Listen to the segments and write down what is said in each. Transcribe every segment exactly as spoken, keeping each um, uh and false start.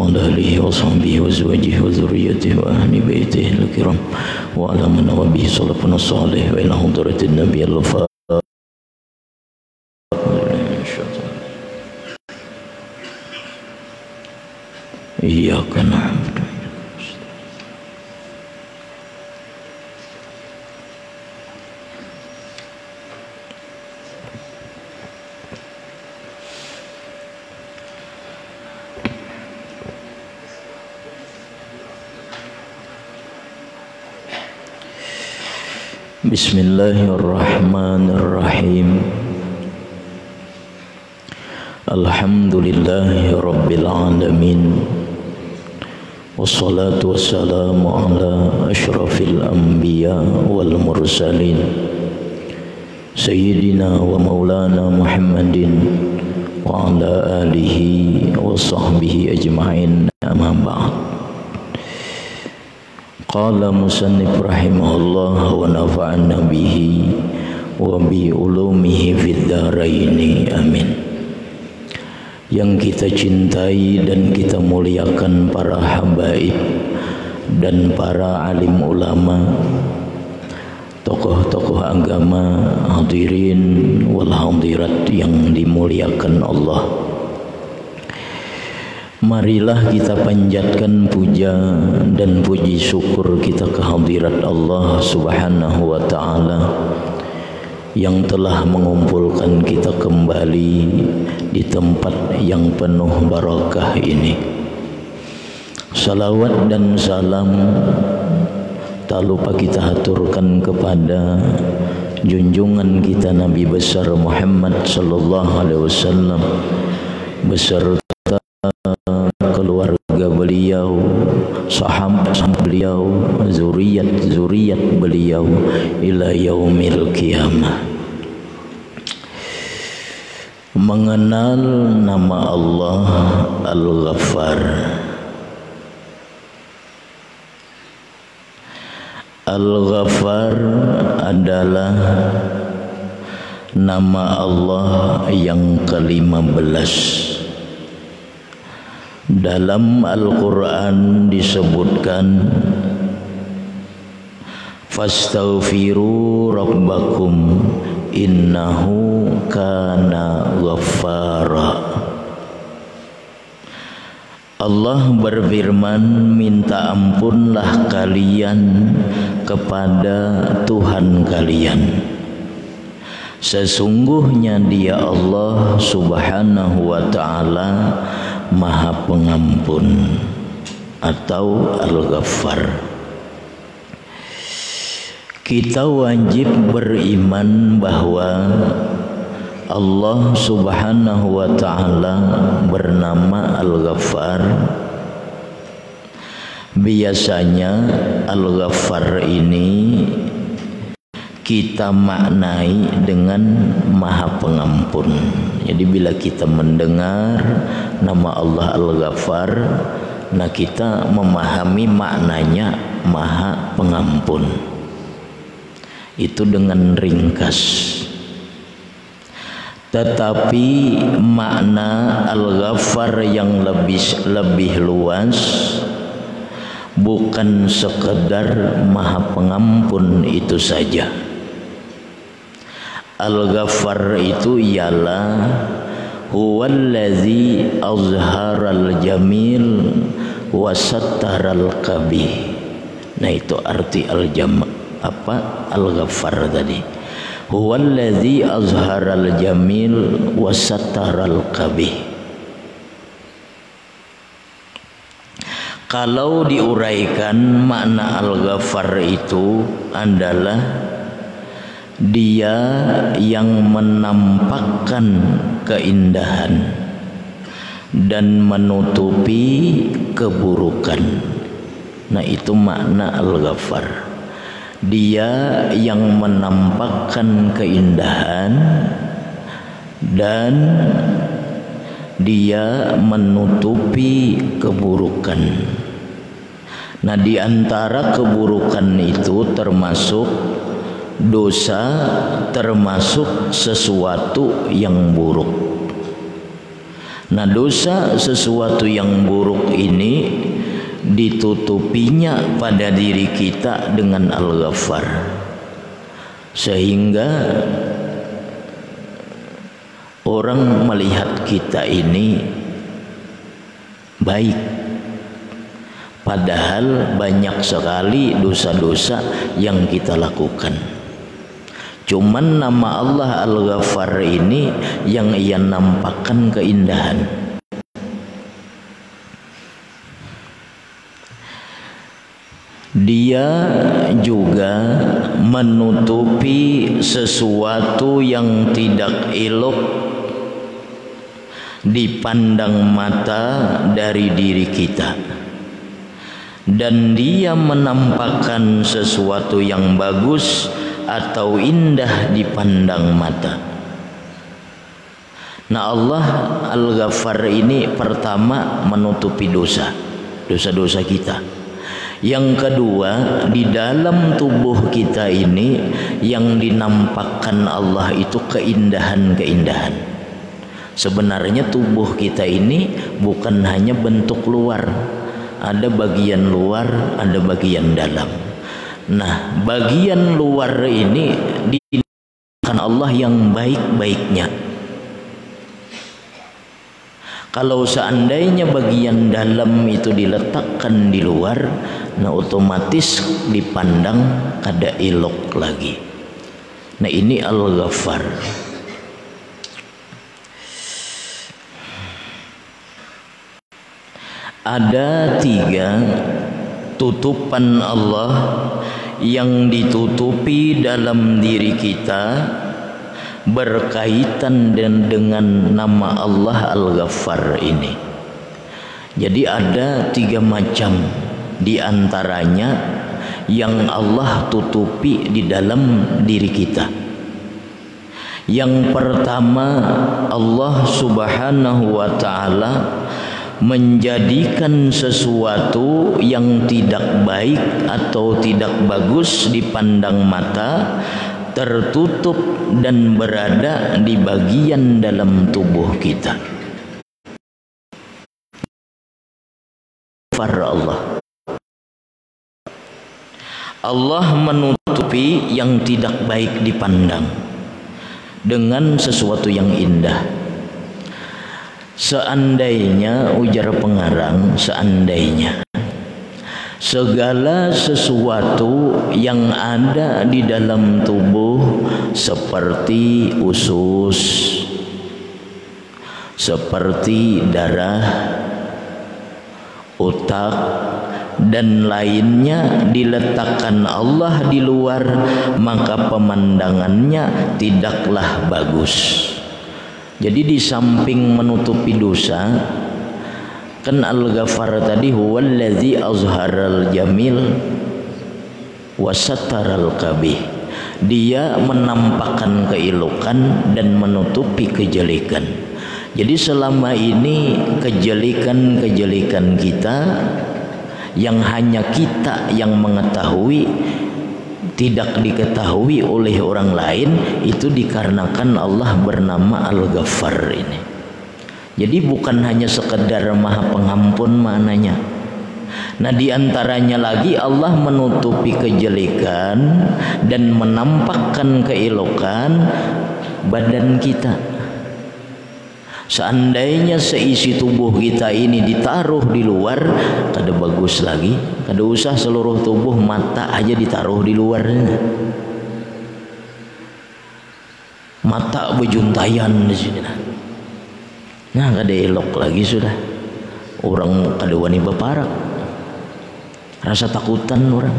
وعلى آله وصحبه وأزواجه وذريته وأهل بيته الكرام وعلى من وبه سلفنا الصالح وإلى حضرة النبي الفاضل. إياك نعبد. Bismillahirrahmanirrahim. Alhamdulillahi rabbil alamin. Wassalatu wassalamu ala asyrafil anbiya wal mursalin Sayyidina wa maulana Muhammadin wa ala alihi wa sahbihi ajma'in, amma ba'd. Qala musannif rahimahullah wa nafa'ana bihi wa bi ulumihi fid dharaini, amin. Yang kita cintai dan kita muliakan para habaib dan para alim ulama, tokoh-tokoh agama, hadirin wal hadirat yang dimuliakan Allah. Marilah kita panjatkan puja dan puji syukur kita kehadirat Allah Subhanahu wa ta'ala yang telah mengumpulkan kita kembali di tempat yang penuh barakah ini. Salawat dan salam tak lupa kita haturkan kepada junjungan kita Nabi besar Muhammad sallallahu alaihi wasallam beserta keluarga beliau, sahabat beliau, zuriat-zuriat beliau ila yaumil qiyamah. Mengenal nama Allah Al-Ghaffar. Al-Ghaffar adalah nama Allah yang kelima belas. Dalam Al-Quran disebutkan fastaghfiru rabbakum innahu kana ghaffara. Allah berfirman, minta ampunlah kalian kepada Tuhan kalian, sesungguhnya Dia Allah Subhanahu wa ta'ala Maha Pengampun atau Al-Ghaffar. Kita wajib beriman bahwa Allah Subhanahu wa ta'ala bernama Al-Ghaffar. Biasanya Al-Ghaffar ini kita maknai dengan Maha Pengampun. Jadi bila kita mendengar nama Allah Al-Ghaffar, nah kita memahami maknanya Maha Pengampun. Itu dengan ringkas. Tetapi makna Al-Ghaffar yang lebih lebih luas bukan sekedar Maha Pengampun itu saja. Al-Ghaffar itu ialah huwallazi azharal jamil wa sattaral qabih. Nah itu arti al-jam apa Al-Ghaffar tadi. Huwallazi azharal jamil wa sattaral qabih. Kalau diuraikan makna Al-Ghaffar itu adalah Dia yang menampakkan keindahan dan menutupi keburukan. Nah itu makna Al-Ghaffar. Dia yang menampakkan keindahan dan Dia menutupi keburukan. Nah di antara keburukan itu termasuk dosa, termasuk sesuatu yang buruk. Nah, dosa sesuatu yang buruk ini ditutupinya pada diri kita dengan Al-Ghaffar, sehingga orang melihat kita ini baik, padahal banyak sekali dosa-dosa yang kita lakukan. Cuman nama Allah Al-Ghaffar ini yang ia nampakkan keindahan. Dia juga menutupi sesuatu yang tidak elok dipandang mata dari diri kita, dan dia menampakkan sesuatu yang bagus atau indah dipandang mata. Nah, Allah Al-Ghaffar ini pertama menutupi dosa, dosa-dosa kita. Yang kedua, di dalam tubuh kita ini yang dinampakkan Allah itu keindahan-keindahan. Sebenarnya tubuh kita ini bukan hanya bentuk luar, ada bagian luar, ada bagian dalam. Nah, bagian luar ini dinampakkan Allah yang baik-baiknya. Kalau seandainya bagian dalam itu diletakkan di luar, nah otomatis dipandang kada elok lagi. Nah, ini Al-Ghaffar. Ada tiga tutupan Allah yang ditutupi dalam diri kita berkaitan dan dengan nama Allah Al-Ghaffar ini. Jadi ada tiga macam di antaranya yang Allah tutupi di dalam diri kita. Yang pertama, Allah Subhanahu wa ta'ala menjadikan sesuatu yang tidak baik atau tidak bagus dipandang mata tertutup dan berada di bagian dalam tubuh kita. Allah Allah menutupi yang tidak baik dipandang dengan sesuatu yang indah. Seandainya, ujar pengarang, seandainya segala sesuatu yang ada di dalam tubuh seperti usus, seperti darah, otak dan lainnya diletakkan Allah di luar, maka pemandangannya tidaklah bagus. Jadi di samping menutupi dosa, kan Al-Ghaffar tadi huwallazi azharal jamil wa sataral kabih. Dia menampakkan keelokan dan menutupi kejelekan. Jadi selama ini kejelekan-kejelekan kita yang hanya kita yang mengetahui, tidak diketahui oleh orang lain, itu dikarenakan Allah bernama Al-Ghaffar ini. Jadi bukan hanya sekedar Maha Pengampun maknanya. Nah, diantaranya lagi Allah menutupi kejelekan dan menampakkan keelokan badan kita. Seandainya seisi tubuh kita ini ditaruh di luar, kada bagus lagi. Kada usah seluruh tubuh, mata aja ditaruh di luar. Mata bejuntayan di sini. Nah, kada elok lagi sudah. Orang kada wani beparak. Rasa takutan orang.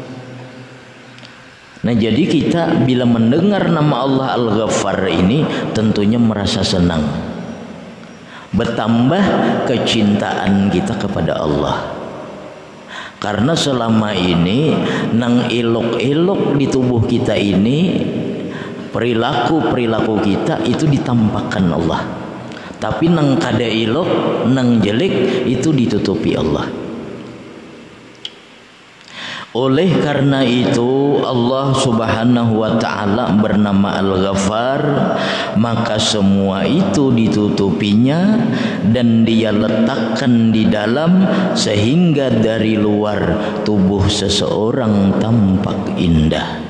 Nah, jadi kita bila mendengar nama Allah Al-Ghaffar ini tentunya merasa senang. Bertambah kecintaan kita kepada Allah. Karena selama ini nang elok-elok di tubuh kita ini, perilaku-perilaku kita itu ditampakkan Allah. Tapi nang kada elok, nang jelek itu ditutupi Allah. Oleh karena itu Allah Subhanahu wa ta'ala bernama Al-Ghaffar, maka semua itu ditutupinya dan dia letakkan di dalam, sehingga dari luar tubuh seseorang tampak indah,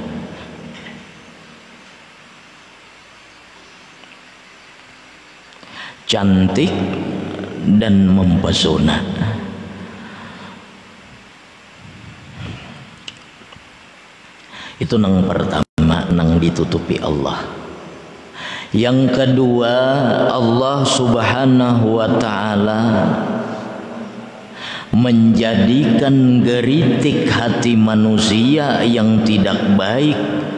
cantik dan mempesona. Itu nang pertama, nang ditutupi Allah. Yang kedua, Allah Subhanahu wa ta'ala menjadikan geritik hati manusia yang tidak baik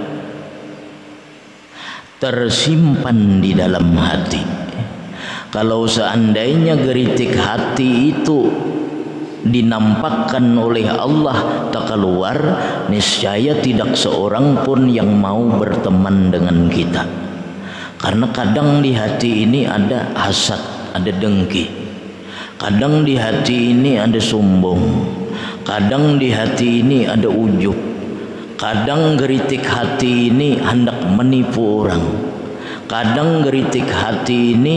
tersimpan di dalam hati. Kalau seandainya geritik hati itu dinampakkan oleh Allah tak keluar, niscaya tidak seorang pun yang mau berteman dengan kita. Karena kadang di hati ini ada hasad, ada dengki. Kadang di hati ini ada sombong. Kadang di hati ini ada ujub. Kadang geritik hati ini hendak menipu orang. Kadang geritik hati ini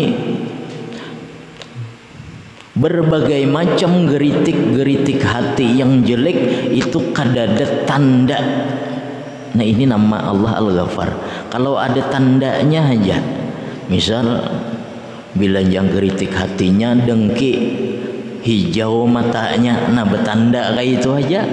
berbagai macam geritik-geritik hati yang jelek itu kadada tanda. Nah, ini nama Allah Al-Ghaffar. Kalau ada tandanya aja, misal bila yang geritik hatinya dengki, hijau matanya, nah bertanda kayak itu aja,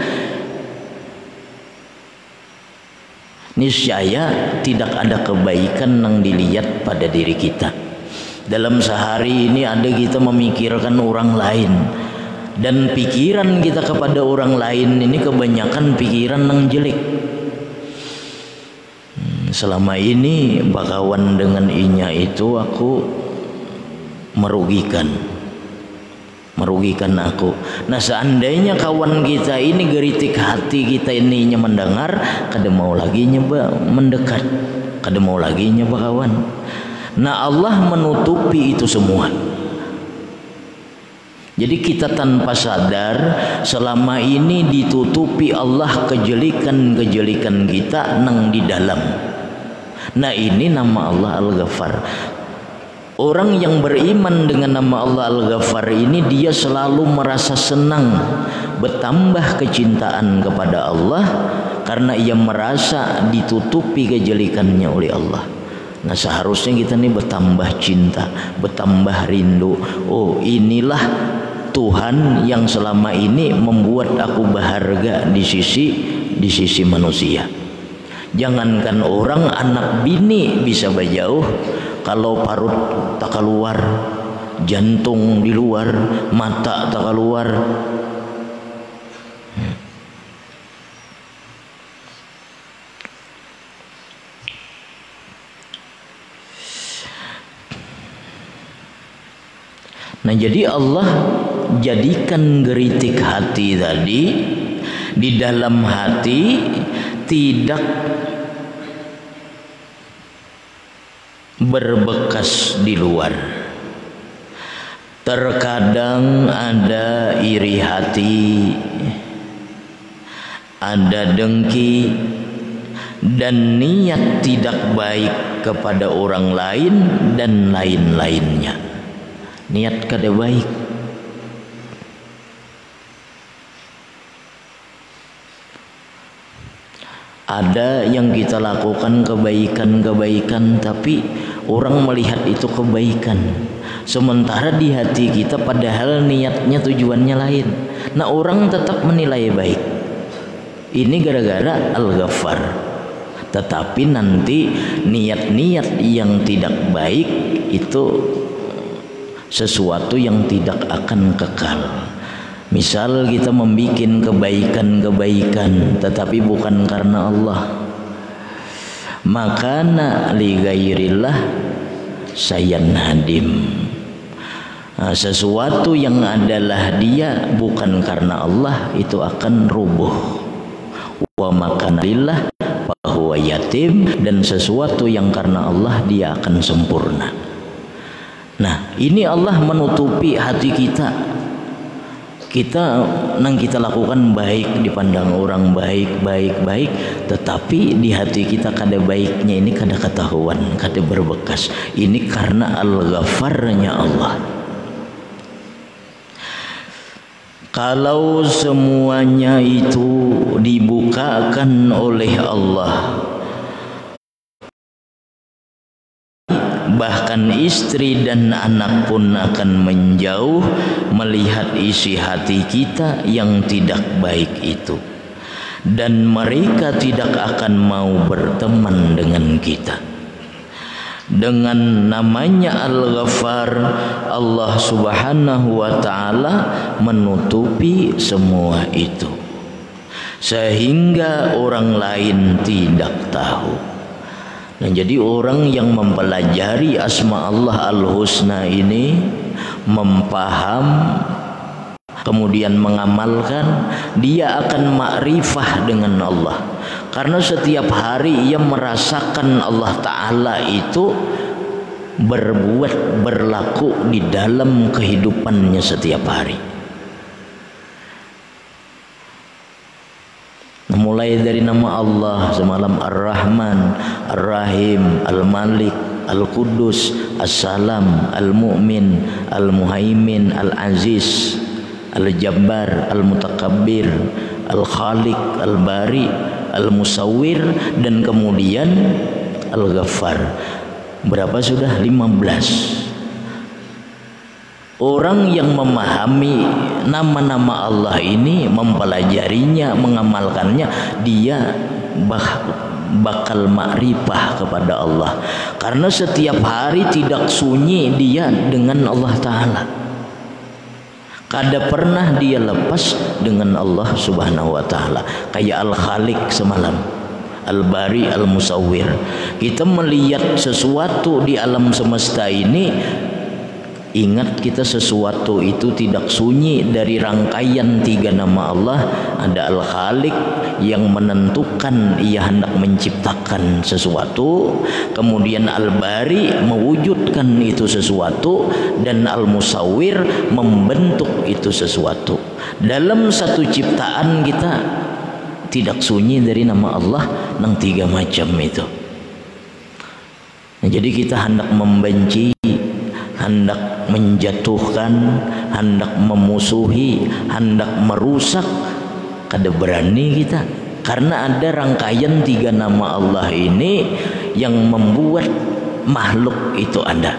niscaya tidak ada kebaikan yang dilihat pada diri kita. Dalam sehari ini ada kita memikirkan orang lain, dan pikiran kita kepada orang lain ini kebanyakan pikiran yang jelek. hmm, Selama ini bakawan dengan inya itu aku merugikan Merugikan aku. Nah, seandainya kawan kita ini geritik hati kita ininya mendengar, kada mau lagi nyoba mendekat, kada mau lagi nyoba kawan. Nah, Allah menutupi itu semua. Jadi kita tanpa sadar selama ini ditutupi Allah kejelikan-kejelikan kita nang di dalam. Nah, ini nama Allah Al-Ghaffar. Orang yang beriman dengan nama Allah Al-Ghaffar ini, dia selalu merasa senang, bertambah kecintaan kepada Allah karena ia merasa ditutupi kejelikannya oleh Allah. Nah, seharusnya kita nih bertambah cinta, bertambah rindu. Oh, inilah Tuhan yang selama ini membuat aku berharga di sisi di sisi manusia. Jangankan orang, anak bini bisa berjauh kalau parut tak keluar, jantung di luar, mata tak keluar. Nah, jadi Allah jadikan geritik hati tadi di dalam hati, tidak berbekas di luar. Terkadang ada iri hati, ada dengki, dan niat tidak baik kepada orang lain dan lain-lainnya. Niat kada baik. Ada yang kita lakukan kebaikan-kebaikan, tapi orang melihat itu kebaikan, sementara di hati kita padahal niatnya tujuannya lain. Nah, orang tetap menilai baik. Ini gara-gara Al-Ghaffar. Tetapi nanti niat-niat yang tidak baik itu sesuatu yang tidak akan kekal. Misal kita membuat kebaikan-kebaikan tetapi bukan karena Allah, makana li ghairillah sayanhadim. Nah, sesuatu yang adalah dia bukan karena Allah itu akan rubuh. Wa makana lillah fahuwa yatim, dan sesuatu yang karena Allah dia akan sempurna. Nah, ini Allah menutupi hati kita. Kita nang kita lakukan baik, dipandang orang baik, baik, baik, tetapi di hati kita kada baiknya ini kada ketahuan, kada berbekas. Ini karena Al-Ghaffarnya Allah. Kalau semuanya itu dibukakan oleh Allah, bahkan istri dan anak pun akan menjauh melihat isi hati kita yang tidak baik itu, dan mereka tidak akan mau berteman dengan kita. Dengan namanya Al-Ghaffar, Allah Subhanahu wa ta'ala menutupi semua itu sehingga orang lain tidak tahu. Nah, jadi orang yang mempelajari asma Allah Al-Husna ini, mempaham, kemudian mengamalkan, dia akan makrifah dengan Allah. Karena setiap hari ia merasakan Allah Ta'ala itu berbuat, berlaku di dalam kehidupannya setiap hari. Mulai dari nama Allah semalam, Ar-Rahman, Ar-Rahim, Al-Malik, Al-Quddus, As-Salam, Al-Mu'min, Al-Muhaimin, Al-Aziz, Al-Jabbar, Al-Mutakabbir, Al-Khaliq, Al-Bari, Al-Musawwir, dan kemudian Al-Ghaffar. Berapa sudah? lima belas. Orang yang memahami nama-nama Allah ini, mempelajarinya, mengamalkannya, dia bah bakal makrifah kepada Allah. Karena setiap hari tidak sunyi dia dengan Allah Ta'ala. Kada pernah dia lepas dengan Allah Subhanahu wa ta'ala. Kayak Al-Khaliq semalam, Al-Bari, Al-Musawwir. Kita melihat sesuatu di alam semesta ini, ingat kita sesuatu itu tidak sunyi dari rangkaian tiga nama Allah. Ada Al-Khaliq yang menentukan ia hendak menciptakan sesuatu, kemudian Al-Bari mewujudkan itu sesuatu, dan Al-Musawwir membentuk itu sesuatu. Dalam satu ciptaan kita tidak sunyi dari nama Allah yang tiga macam itu. Nah, jadi kita hendak membenci, hendak menjatuhkan, hendak memusuhi, hendak merusak, kada berani kita. Karena ada rangkaian tiga nama Allah ini yang membuat makhluk itu ada.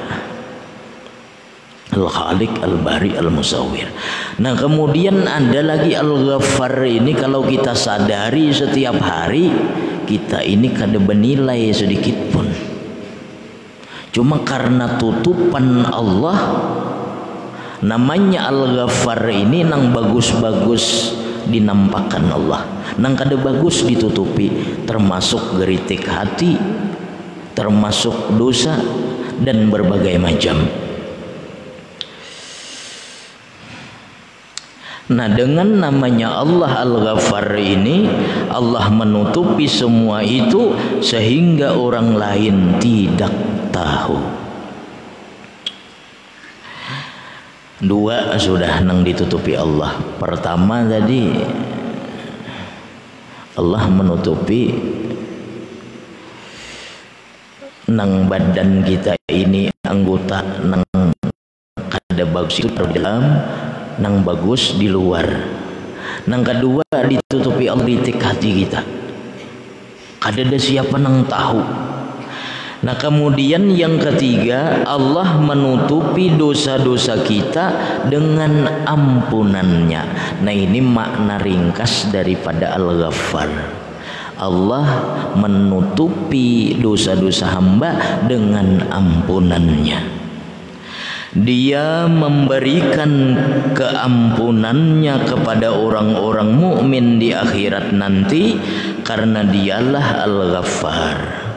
Al-Khaliq, Al-Bari, Al-Musawwir. Nah, kemudian ada lagi Al-Ghaffar ini. Kalau kita sadari setiap hari, kita ini kada bernilai sedikit pun. Cuma karena tutupan Allah, namanya Al-Ghaffar ini nang bagus-bagus dinampakkan Allah, nang kada bagus ditutupi, termasuk geritik hati, termasuk dosa, dan berbagai macam. Nah, dengan namanya Allah Al-Ghaffar ini, Allah menutupi semua itu sehingga orang lain tidak tahu. Dua sudah nang ditutupi Allah. Pertama tadi Allah menutupi nang badan kita ini, anggota nang kada bagus itu di dalam, nang bagus di luar. Nang kedua ditutupi Allah kritik hati kita. Kada ada siapa nang tahu. Nah, kemudian yang ketiga, Allah menutupi dosa-dosa kita dengan ampunannya. Nah, ini makna ringkas daripada Al-Ghaffar. Allah menutupi dosa-dosa hamba dengan ampunannya. Dia memberikan keampunannya kepada orang-orang mukmin di akhirat nanti, karena dialah Al-Ghaffar.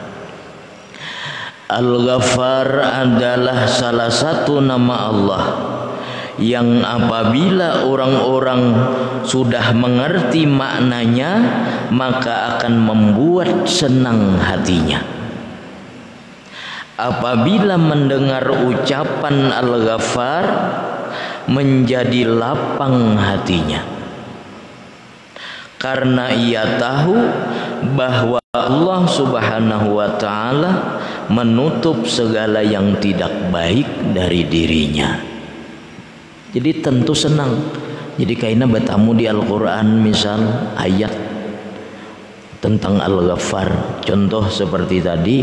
Al-Ghaffar adalah salah satu nama Allah yang apabila orang-orang sudah mengerti maknanya, maka akan membuat senang hatinya. Apabila mendengar ucapan Al-Ghaffar, menjadi lapang hatinya, karena ia tahu bahwa Allah Subhanahu wa ta'ala menutup segala yang tidak baik dari dirinya. Jadi tentu senang. Jadi kaina bertamu di Al-Quran, misal ayat tentang Al-Ghaffar, contoh seperti tadi,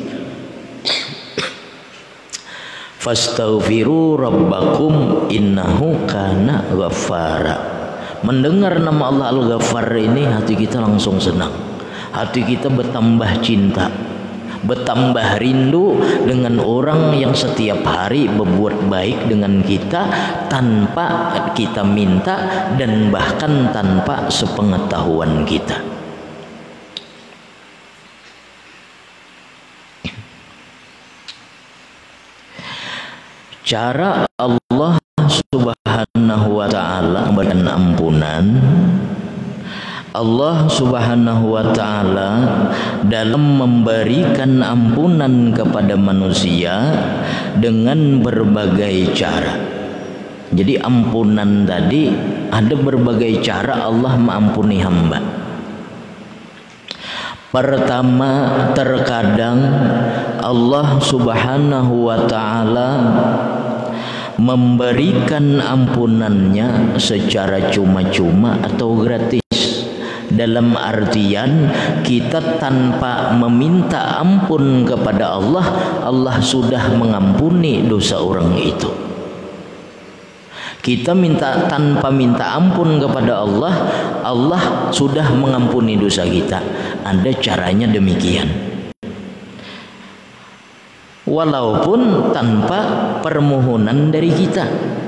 fastaghfiru rabbakum innahu kana ghaffara. Mendengar nama Allah Al-Ghaffar ini, hati kita langsung senang, hati kita bertambah cinta, bertambah rindu dengan orang yang setiap hari berbuat baik dengan kita tanpa kita minta dan bahkan tanpa sepengetahuan kita. Cara Allah Subhanahu wa ta'ala memberikan ampunan, Allah Subhanahu wa ta'ala dalam memberikan ampunan kepada manusia dengan berbagai cara. Jadi ampunan tadi ada berbagai cara Allah mengampuni hamba. Pertama, terkadang Allah Subhanahu wa ta'ala memberikan ampunannya secara cuma-cuma atau gratis. Dalam artian kita tanpa meminta ampun kepada Allah, Allah sudah mengampuni dosa orang itu. Kita minta tanpa minta ampun kepada Allah, Allah sudah mengampuni dosa kita. Ada caranya demikian, walaupun tanpa permohonan dari kita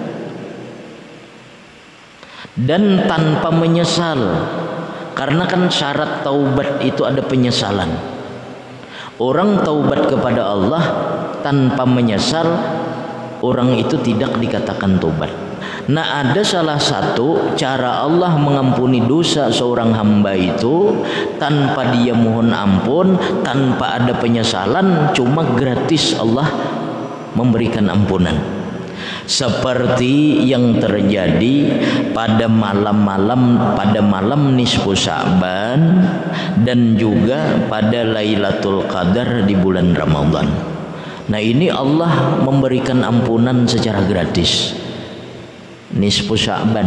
dan tanpa menyesal. Karena kan syarat taubat itu ada penyesalan. Orang taubat kepada Allah tanpa menyesal, orang itu tidak dikatakan taubat. Nah, ada salah satu cara Allah mengampuni dosa seorang hamba itu tanpa dia mohon ampun, tanpa ada penyesalan, cuma gratis Allah memberikan ampunan. Seperti yang terjadi pada malam-malam pada malam nisfu Sya'ban dan juga pada Lailatul Qadar di bulan Ramadan. Nah, ini Allah memberikan ampunan secara gratis. Nisfu Sya'ban.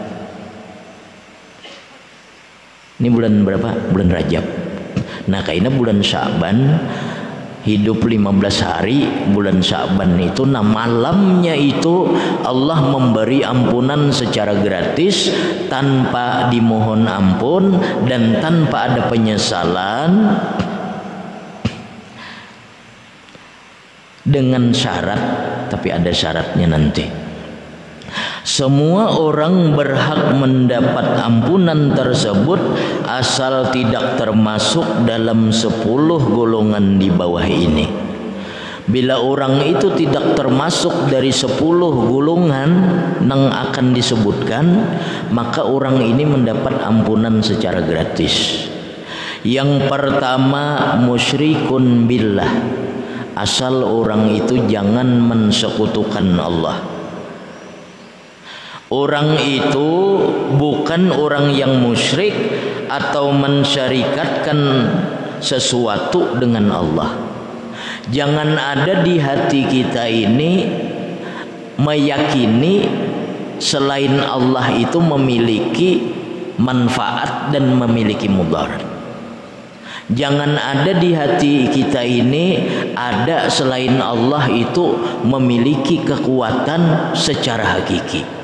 Ini bulan berapa? Bulan Rajab. Nah, kayaknya bulan Sya'ban hidup lima belas hari bulan Sya'ban itu, nah malamnya itu Allah memberi ampunan secara gratis tanpa dimohon ampun dan tanpa ada penyesalan, dengan syarat, tapi ada syaratnya nanti. Semua orang berhak mendapat ampunan tersebut asal tidak termasuk dalam sepuluh golongan di bawah ini. Bila orang itu tidak termasuk dari sepuluh golongan yang akan disebutkan, maka orang ini mendapat ampunan secara gratis. Yang pertama, musyrikun billah. Asal orang itu jangan mensekutukan Allah. Orang itu bukan orang yang musyrik atau mensyarikatkan sesuatu dengan Allah. Jangan ada di hati kita ini meyakini selain Allah itu memiliki manfaat dan memiliki mudarat. Jangan ada di hati kita ini ada selain Allah itu memiliki kekuatan secara hakiki.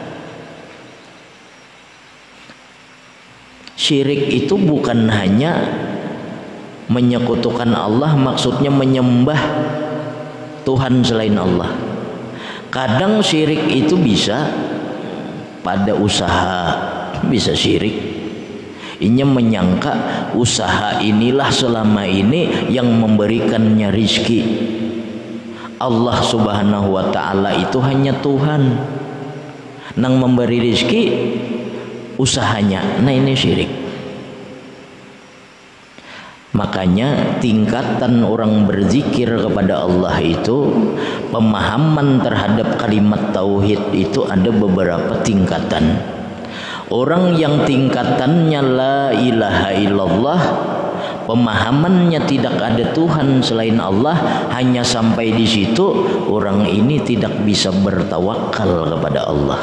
Syirik itu bukan hanya menyekutukan Allah, maksudnya menyembah Tuhan selain Allah. Kadang syirik itu bisa pada usaha, bisa syirik. Inya menyangka usaha inilah selama ini yang memberikannya rizki. Allah Subhanahu wa ta'ala itu hanya Tuhan yang memberi rizki usahanya. Nah, ini syirik. Makanya tingkatan orang berzikir kepada Allah itu, pemahaman terhadap kalimat tauhid itu ada beberapa tingkatan. Orang yang tingkatannya la ilaha illallah, pemahamannya tidak ada Tuhan selain Allah, hanya sampai di situ, orang ini tidak bisa bertawakal kepada Allah.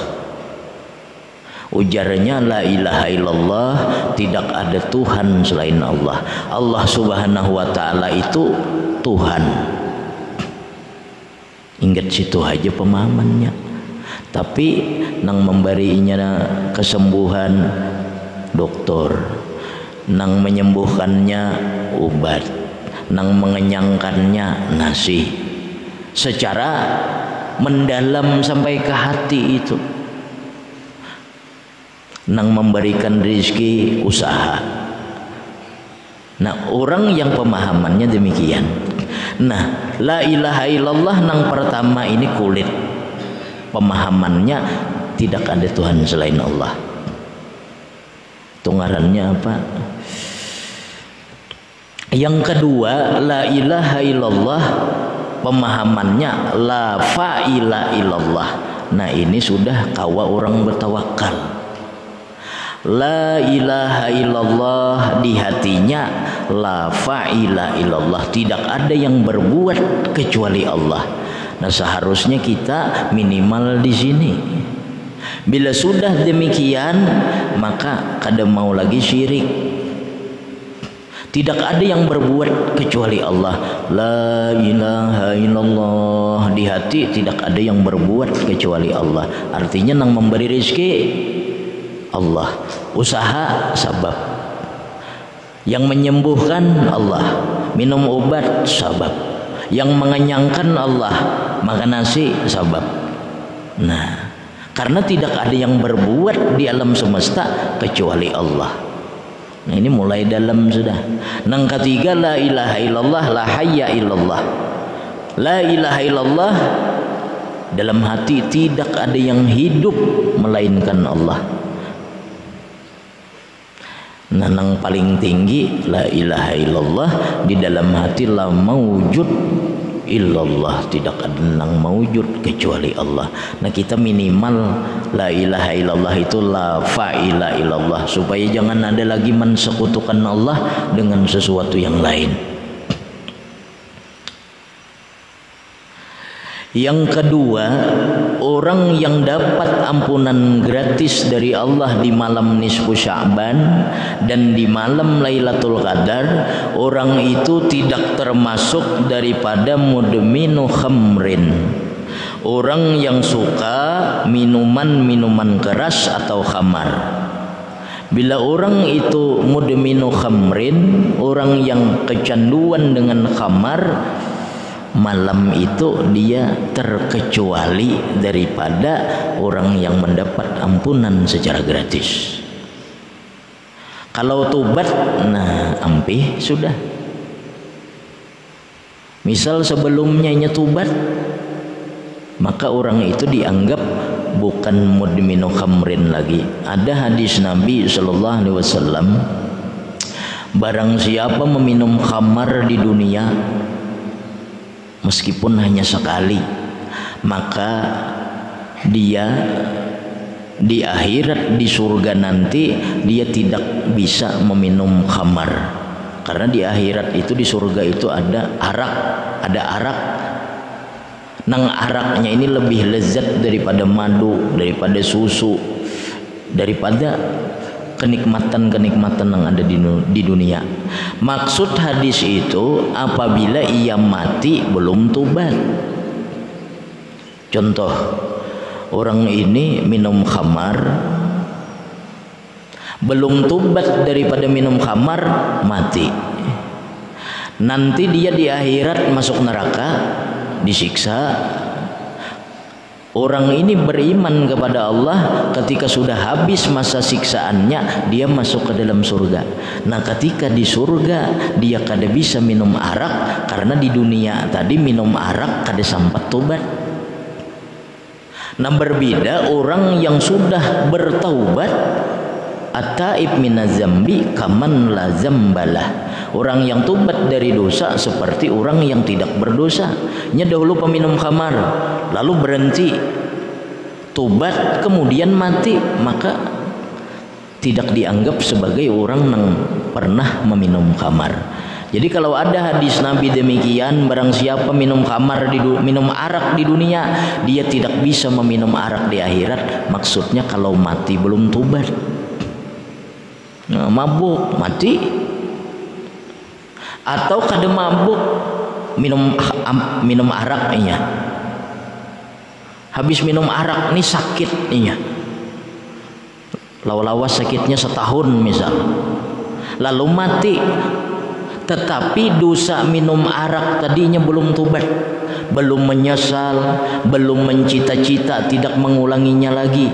Ujarnya la ilaha illallah, tidak ada Tuhan selain Allah. Allah subhanahu wa ta'ala itu Tuhan. Ingat situ aja pemahamannya. Tapi nang memberinya kesembuhan dokter, nang menyembuhkannya obat, nang mengenyangkannya nasi. Secara mendalam sampai ke hati itu. Nang memberikan rezeki usaha. Nah, orang yang pemahamannya demikian. Nah, la ilaha illallah nang pertama ini kulit. Pemahamannya tidak ada Tuhan selain Allah. Tunggarannya apa? Yang kedua, la ilaha illallah, pemahamannya la fa'ila illallah. Nah, ini sudah kawa orang bertawakal. La ilaha illallah, di hatinya la fa'ila illallah, tidak ada yang berbuat kecuali Allah. Nah, seharusnya kita minimal di sini. Bila sudah demikian, maka kada mau lagi syirik. Tidak ada yang berbuat kecuali Allah. La ilaha illallah, di hati tidak ada yang berbuat kecuali Allah. Artinya nang memberi rezeki Allah, usaha sabab, yang menyembuhkan Allah, minum obat sabab, yang mengenyangkan Allah, makan nasi sabab. Nah, karena tidak ada yang berbuat di alam semesta kecuali Allah. Nah, ini mulai dalam sudah. Nang ketiga, la ilaha illallah, la hayya illallah. La ilaha illallah, dalam hati tidak ada yang hidup melainkan Allah. Nah, nang paling tinggi la ilaha illallah, di dalam hati la maujud illallah, tidak ada nang maujud kecuali Allah. Nah, kita minimal la ilaha illallah itu la fa'ila illallah, supaya jangan ada lagi mensekutukan Allah dengan sesuatu yang lain. Yang kedua, orang yang dapat ampunan gratis dari Allah di malam nisfu Sya'ban dan di malam Lailatul Qadar, orang itu tidak termasuk daripada mudminu khamrin, orang yang suka minuman-minuman keras atau khamar. Bila orang itu mudminu khamrin, orang yang kecanduan dengan khamar, malam itu dia terkecuali daripada orang yang mendapat ampunan secara gratis. Kalau tobat, nah ampih sudah. Misal sebelumnya nya tobat, maka orang itu dianggap bukan mudminu khamrin lagi. Ada hadis Nabi sallallahu alaihi wasallam, barang siapa meminum khamar di dunia meskipun hanya sekali, maka dia di akhirat di surga nanti dia tidak bisa meminum khamar, karena di akhirat itu di surga itu ada arak, ada arak. Nang araknya ini lebih lezat daripada madu, daripada susu, daripada kenikmatan-kenikmatan yang ada di, di dunia. Maksud hadis itu apabila ia mati belum tobat. Contoh, orang ini minum khamar, belum tobat daripada minum khamar, mati. Nanti dia di akhirat masuk neraka, disiksa. Orang ini beriman kepada Allah, ketika sudah habis masa siksaannya dia masuk ke dalam surga. Nah, ketika di surga dia kada bisa minum arak, karena di dunia tadi minum arak kada sempat tobat. Nah, berbeda orang yang sudah bertaubat, at-taib minaz zambi kaman la zambalah. Orang yang tobat dari dosa seperti orang yang tidak berdosa. Nya dahulu peminum khamar, lalu berhenti tobat kemudian mati, maka tidak dianggap sebagai orang yang pernah meminum khamar. Jadi kalau ada hadis Nabi demikian, barang siapa minum khamar di minum arak di dunia, dia tidak bisa meminum arak di akhirat. Maksudnya kalau mati belum tobat. Nah, mabuk mati, atau kada mabuk minum minum arak inya. Habis minum arak ini sakit inya. Lawas sakitnya setahun misal. Lalu mati. Tetapi dosa minum arak tadinya belum tobat, belum menyesal, belum mencita-cita tidak mengulanginya lagi.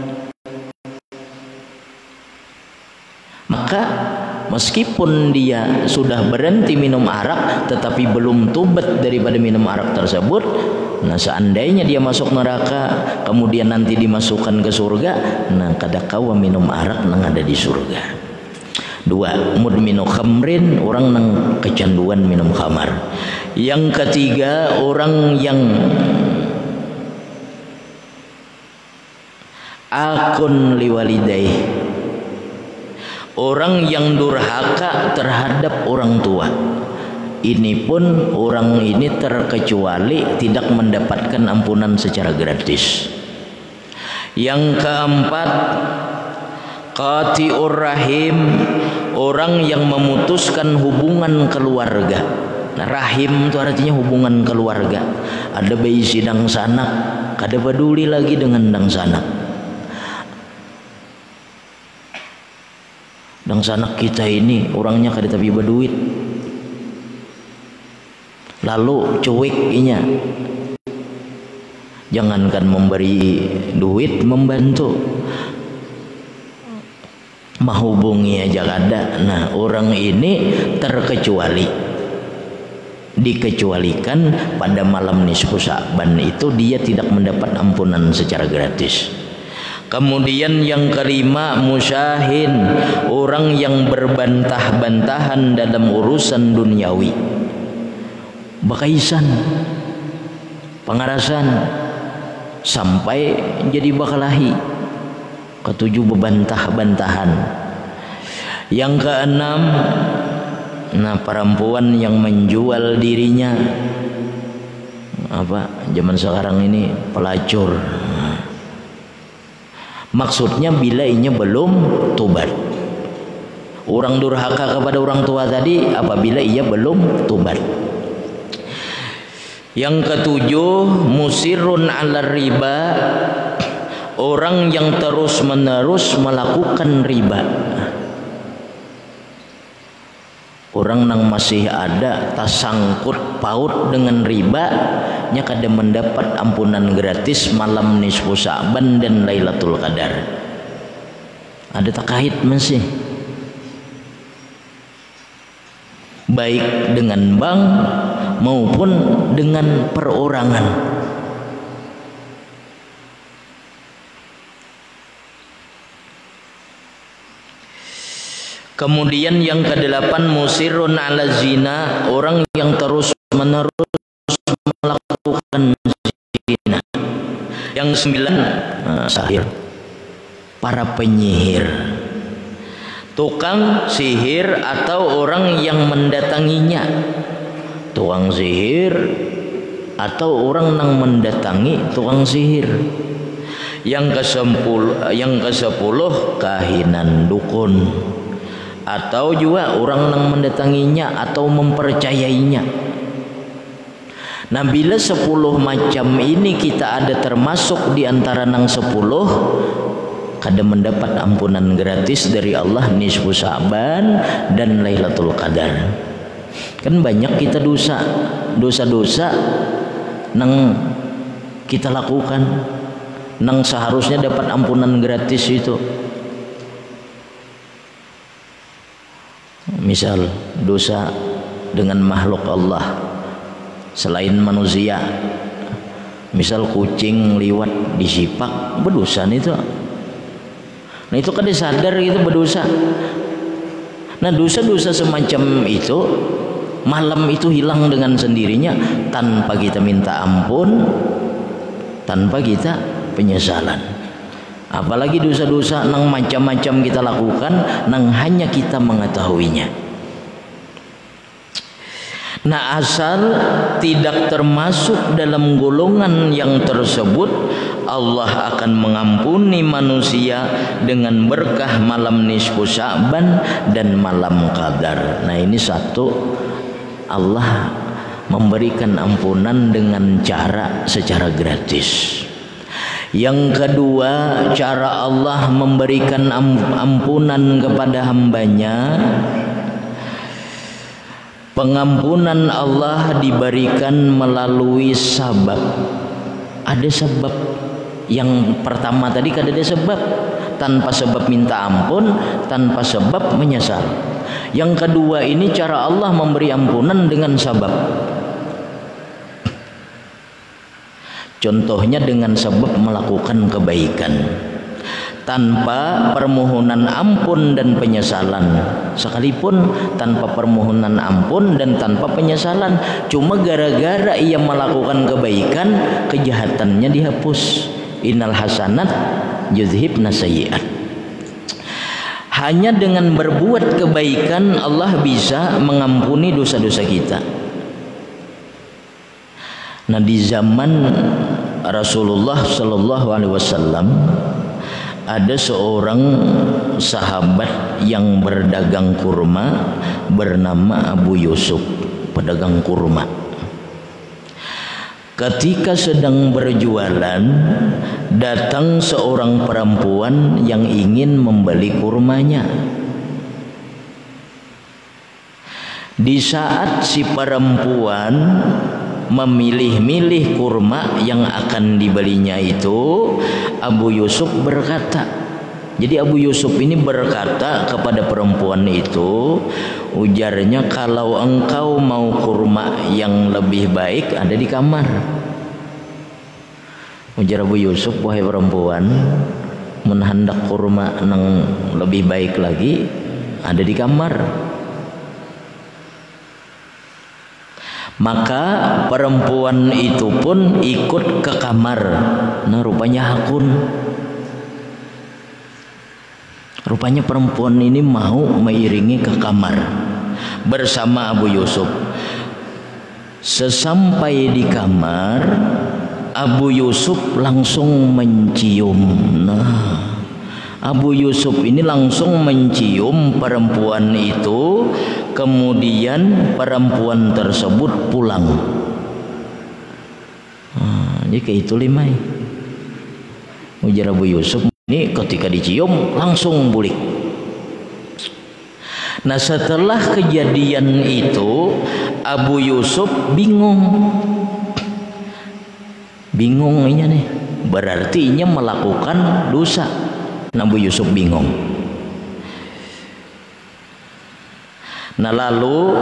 Maka meskipun dia sudah berhenti minum arak tetapi belum tobat daripada minum arak tersebut, nah seandainya dia masuk neraka kemudian nanti dimasukkan ke surga, nah kada kawa minum arak nang ada di surga. Dua, mudminu khamrin, orang nang kecanduan minum khamar. Yang ketiga, orang yang akun liwalidai, orang yang durhaka terhadap orang tua. Ini pun orang ini terkecuali tidak mendapatkan ampunan secara gratis. Yang keempat, qati'ur rahim, orang yang memutuskan hubungan keluarga. Nah, rahim itu artinya hubungan keluarga. Ada bayi sidang sanak, kada peduli lagi dengan dang sanak. Dang sanak kita ini orangnya kada tapi berduit, lalu cuek inya. Jangankan memberi duit, membantu, menghubungi aja kada. Nah, orang ini terkecuali, dikecualikan pada malam nisfu Sya'ban itu dia tidak mendapat ampunan secara gratis. Kemudian yang kelima, musyahin, orang yang berbantah-bantahan dalam urusan duniawi, bakaisan, pengarasan, sampai jadi bakalahi. Ketujuh, bebantah-bantahan. Yang keenam, nah perempuan yang menjual dirinya, apa zaman sekarang ini pelacur. Maksudnya bila inya belum tobat. Orang durhaka kepada orang tua tadi apabila ia belum tobat. Yang ketujuh, musirun ala riba, orang yang terus menerus melakukan riba. Orang yang masih ada tersangkut paut dengan riba, nya kada mendapat ampunan gratis malam nisfu Sya'ban dan Lailatul Qadar. Ada takait masih, baik dengan bank maupun dengan perorangan. Kemudian yang kedelapan, musirun ala zina, orang yang terus menerus melakukan zina. Yang sembilan, uh, sahir, para penyihir, tukang sihir atau orang yang mendatanginya. Tukang sihir atau orang yang mendatangi tukang sihir. Yang kesepuluh, yang kesepuluh, kahinan dukun, atau juga orang yang mendatanginya atau mempercayainya. Nah, bila sepuluh macam ini kita ada termasuk di antara nang sepuluh, kada mendapat ampunan gratis dari Allah nisfu Sya'ban dan Lailatul Qadar. Kan banyak kita dosa, dosa-dosa nang kita lakukan, nang seharusnya dapat ampunan gratis itu. Misal dosa dengan makhluk Allah selain manusia, misal kucing liwat disipak, berdosa itu. Nah itu kan sadar itu berdosa. Nah, dosa-dosa semacam itu malam itu hilang dengan sendirinya tanpa kita minta ampun, tanpa kita penyesalan. Apalagi dosa-dosa nang macam-macam kita lakukan nang hanya kita mengetahuinya. Nah, asal tidak termasuk dalam golongan yang tersebut, Allah akan mengampuni manusia dengan berkah malam nisfu Sya'ban dan malam Qadar. Nah, ini satu, Allah memberikan ampunan dengan cara secara gratis. Yang kedua, cara Allah memberikan ampunan kepada hambanya, pengampunan Allah diberikan melalui sabab. Ada sebab. Yang pertama tadi kan ada sebab, tanpa sebab minta ampun, tanpa sebab menyesal. Yang kedua ini cara Allah memberi ampunan dengan sebab. Contohnya dengan sebab melakukan kebaikan tanpa permohonan ampun dan penyesalan. Sekalipun tanpa permohonan ampun dan tanpa penyesalan, cuma gara-gara ia melakukan kebaikan, kejahatannya dihapus. Innal hasanat yuzhibna sayyi'at. Hanya dengan berbuat kebaikan Allah bisa mengampuni dosa-dosa kita. Nah, di zaman Rasulullah Shallallahu Alaihi Wasallam ada seorang sahabat yang berdagang kurma bernama Abu Yusuf, pedagang kurma. Ketika sedang berjualan, datang seorang perempuan yang ingin membeli kurmanya. Di saat si perempuan memilih-milih kurma yang akan dibelinya itu, Abu Yusuf berkata, jadi Abu Yusuf ini berkata kepada perempuan itu, ujarnya, kalau engkau mau kurma yang lebih baik ada di kamar. Ujar Abu Yusuf, wahai perempuan, menhendak kurma yang lebih baik lagi ada di kamar. Maka perempuan itu pun ikut ke kamar. Nah, rupanya hakun. Rupanya perempuan ini mau mengiringi ke kamar bersama Abu Yusuf. Sesampai di kamar, Abu Yusuf langsung mencium. Nah, Abu Yusuf ini langsung mencium perempuan itu. Kemudian perempuan tersebut pulang. Nah, jadi kayak itu lima. Ujar Abu Yusuf ini ketika dicium langsung bulik. Nah, setelah kejadian itu Abu Yusuf bingung. Bingung ini nih, berarti ia melakukan dosa. Nah, Abu Yusuf bingung. Nah, lalu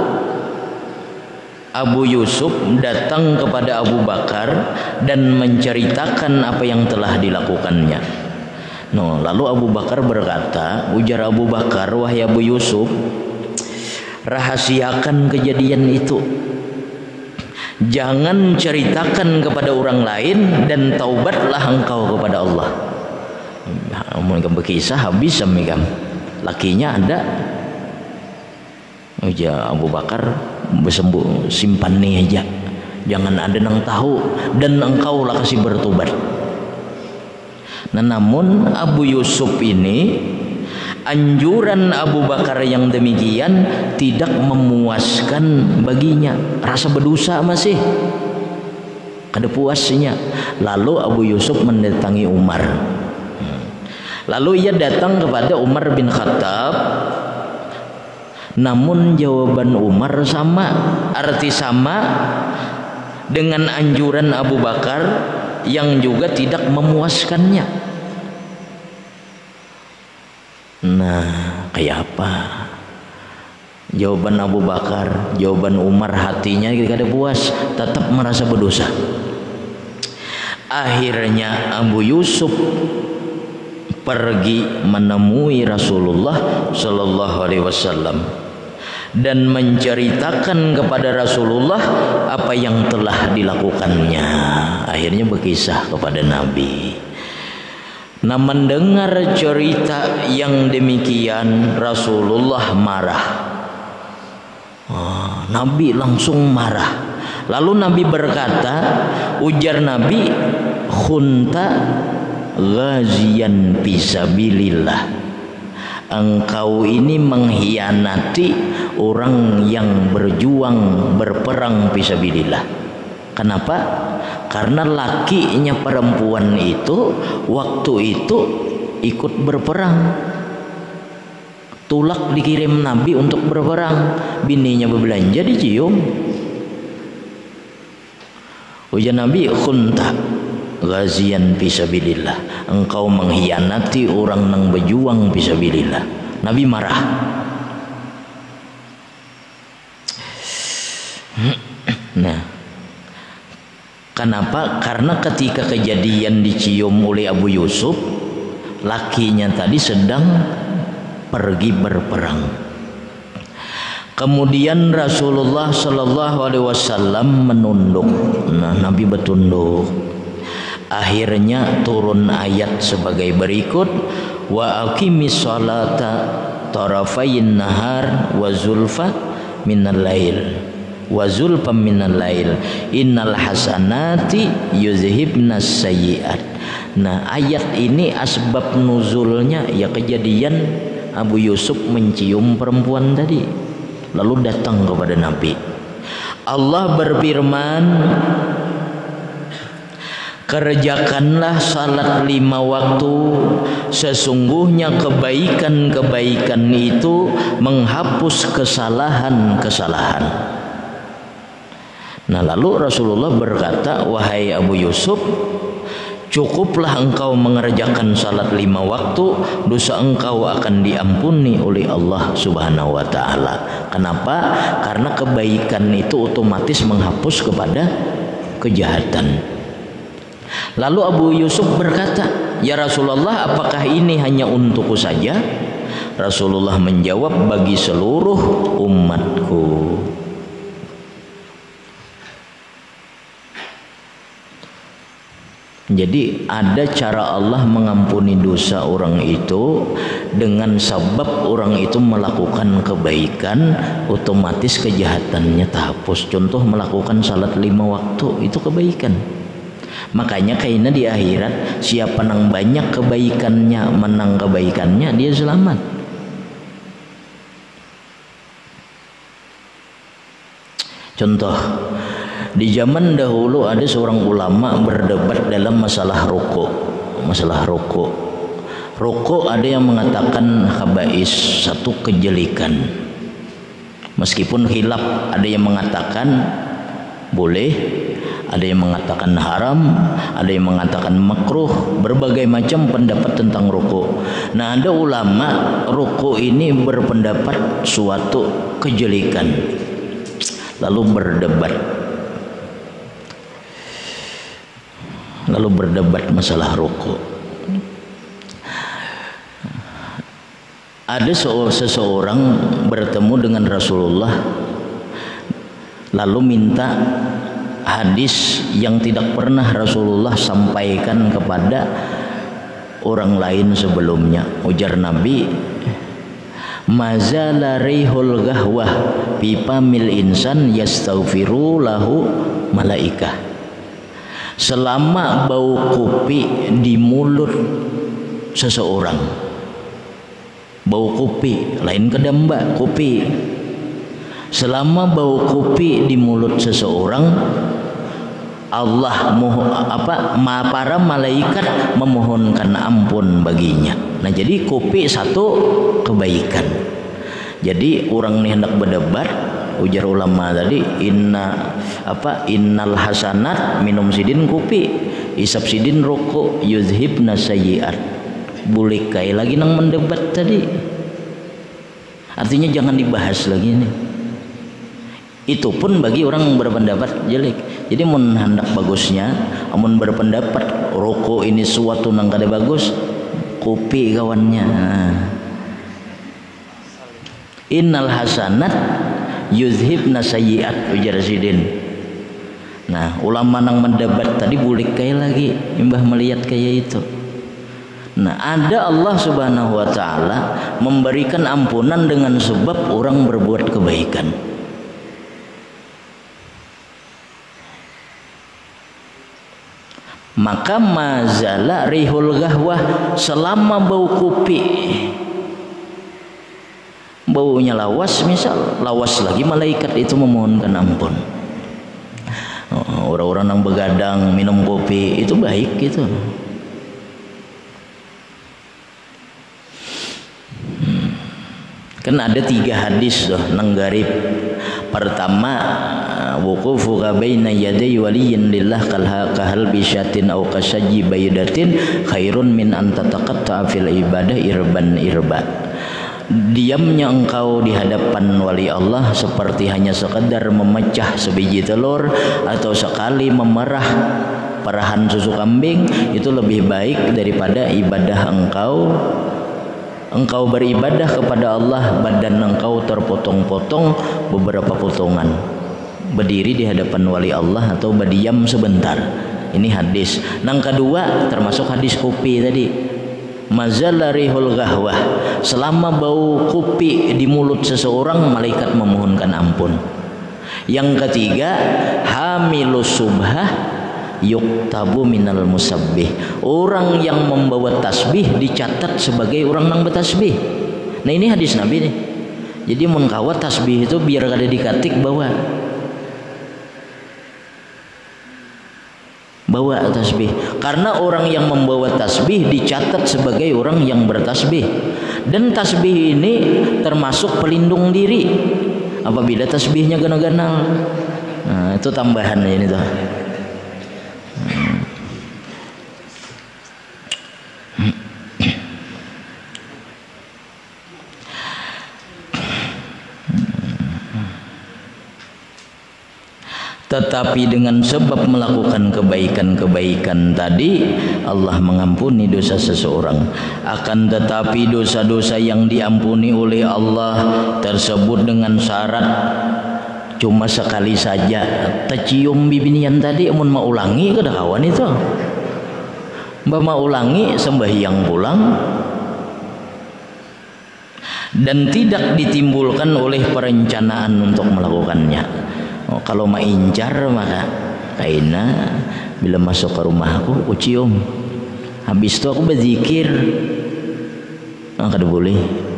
Abu Yusuf datang kepada Abu Bakar dan menceritakan apa yang telah dilakukannya. No, lalu Abu Bakar berkata, ujar Abu Bakar, wahai Abu Yusuf, rahasiakan kejadian itu. Jangan ceritakan kepada orang lain dan taubatlah engkau kepada Allah. Mereka berkisah habis semikam. Lakinya ada. Ujar Abu Bakar, bersembuh, simpan nih aja. Jangan ada yang tahu dan engkau lah kasih bertobat. Nah, namun Abu Yusuf ini, anjuran Abu Bakar yang demikian tidak memuaskan baginya. Rasa berdosa masih ada puasnya. Lalu Abu Yusuf mendatangi Umar. Lalu ia datang kepada Umar bin Khattab. Namun jawaban Umar sama, arti sama dengan anjuran Abu Bakar yang juga tidak memuaskannya. Nah, kayak apa jawaban Abu Bakar, jawaban Umar? Hatinya tidak ada puas, tetap merasa berdosa. Akhirnya Abu Yusuf pergi menemui Rasulullah sallallahu alaihi wasallam dan menceritakan kepada Rasulullah apa yang telah dilakukannya. Akhirnya berkisah kepada Nabi. Nah, mendengar cerita yang demikian Rasulullah marah. Oh, Nabi langsung marah. Lalu Nabi berkata, ujar Nabi, khunta ghaziyan fisabilillah, engkau ini mengkhianati orang yang berjuang berperang fisabilillah. Kenapa? Karena lakinya perempuan itu waktu itu ikut berperang. Tulak dikirim Nabi untuk berperang, bininya berbelanja dicium. Ujar Nabi, khunta ghaziyan fisabilillah, engkau mengkhianati orang yang berjuang fisabilillah. Nabi marah. Nah, kenapa? Karena ketika kejadian dicium oleh Abu Yusuf, lakinya tadi sedang pergi berperang. Kemudian Rasulullah sallallahu alaihi wasallam menunduk. Nah, Nabi bertunduk. Akhirnya turun ayat sebagai berikut, wa aqimis salata tarafayn nahar wa zulfa minal lail wa zulfam minal lail innal hasanati yuzhibnas sayyiat. Nah, ayat ini asbab nuzulnya ya kejadian Abu Yusuf mencium perempuan tadi. Lalu datang kepada Nabi. Allah berfirman, kerjakanlah salat lima waktu, sesungguhnya kebaikan-kebaikan itu menghapus kesalahan-kesalahan. Nah, lalu Rasulullah berkata, wahai Abu Yusuf, cukuplah engkau mengerjakan salat lima waktu, dosa engkau akan diampuni oleh Allah Subhanahu wa taala. Kenapa? Karena kebaikan itu otomatis menghapus kepada kejahatan. Lalu Abu Yusuf berkata, ya Rasulullah, apakah ini hanya untukku saja? Rasulullah menjawab, bagi seluruh umatku. Jadi ada cara Allah mengampuni dosa orang itu dengan sebab orang itu melakukan kebaikan, otomatis kejahatannya terhapus. Contoh melakukan salat lima waktu itu kebaikan. Makanya kayaknya di akhirat siapa yang banyak kebaikannya, menang kebaikannya, dia selamat. Contoh, di zaman dahulu ada seorang ulama berdebat dalam masalah rokok. Masalah rokok. Rokok ada yang mengatakan khabais, satu kejelikan. Meskipun khilaf, ada yang mengatakan boleh, ada yang mengatakan haram, ada yang mengatakan makruh, berbagai macam pendapat tentang rokok. Nah, ada ulama rokok ini berpendapat suatu kejelikan, lalu berdebat. Lalu berdebat masalah rokok. Ada seseorang bertemu dengan Rasulullah, lalu minta hadis yang tidak pernah Rasulullah sampaikan kepada orang lain sebelumnya. Ujar Nabi, mazala rihul gahwah bipamil insan yastaghfiru lahu malaikah. Selama bau kopi di mulut seseorang, bau kopi, lain kedamba, kopi. Selama bau kopi di mulut seseorang, Allah moh, apa ma, para malaikat memohonkan ampun baginya. Nah, jadi kopi satu kebaikan. Jadi orang ini hendak berdebat, ujar ulama tadi, inna apa innal hasanat, minum sidin kopi, isap sidin rokok, yuzhibna sayyiat. Boleh kai lagi nang mendebat tadi. Artinya jangan dibahas lagi nih. Itu pun bagi orang yang berpendapat jelek. Jadi mun hendak bagusnya, amun berpendapat rokok ini suatu nang kada bagus, kopi kawannya. Nah. Innal hasanat yuzhibna sayyiat, ujar sidin. Nah, ulama nang mendebat tadi bulik kayak lagi imbah melihat kayak itu. Nah, ada Allah Subhanahu wa taala memberikan ampunan dengan sebab orang berbuat kebaikan. Maka mazala rihul gahwah, selama bau kopi baunya lawas, misal lawas lagi, malaikat itu memohonkan ampun. Orang-orang yang begadang minum kopi itu baik gitu. hmm. Kan ada tiga hadis tuh nang garib. Pertama, wuqufuka baina yaday waliyin lillah kahal bisyatin aw kasajji baydatin khairun min an tataqatta fil ibadah irban irba. Diamnya engkau di hadapan wali Allah seperti hanya sekedar memecah sebiji telur atau sekali memerah perahan susu kambing, itu lebih baik daripada ibadah engkau engkau beribadah kepada Allah badan engkau terpotong-potong beberapa potongan, berdiri di hadapan wali Allah atau berdiam sebentar. Ini hadis. Nang kedua termasuk hadis kopi tadi. Mazalla rihul gahwah, selama bau kopi di mulut seseorang malaikat memohonkan ampun. Yang ketiga, hamilus subhah yuktabu minal musabbih, orang yang membawa tasbih dicatat sebagai orang yang bertasbih. Nah, ini hadis Nabi nih. Jadi mun kawa tasbih itu biar kada dikatik bawa bawa tasbih, karena orang yang membawa tasbih dicatat sebagai orang yang bertasbih. Dan tasbih ini termasuk pelindung diri apabila tasbihnya ganal-ganal. Nah, itu tambahan ini tuh. Tetapi dengan sebab melakukan kebaikan-kebaikan tadi Allah mengampuni dosa seseorang. Akan tetapi dosa-dosa yang diampuni oleh Allah tersebut dengan syarat cuma sekali saja. Tercium bibinian tadi amun mau ulangi kada kawan itu. Mbak mau ulangi sembahyang pulang dan tidak ditimbulkan oleh perencanaan untuk melakukannya. Oh, kalau maincar maka kaina bila masuk ke rumahku aku cium, habis itu aku berzikir, nah, kada boleh,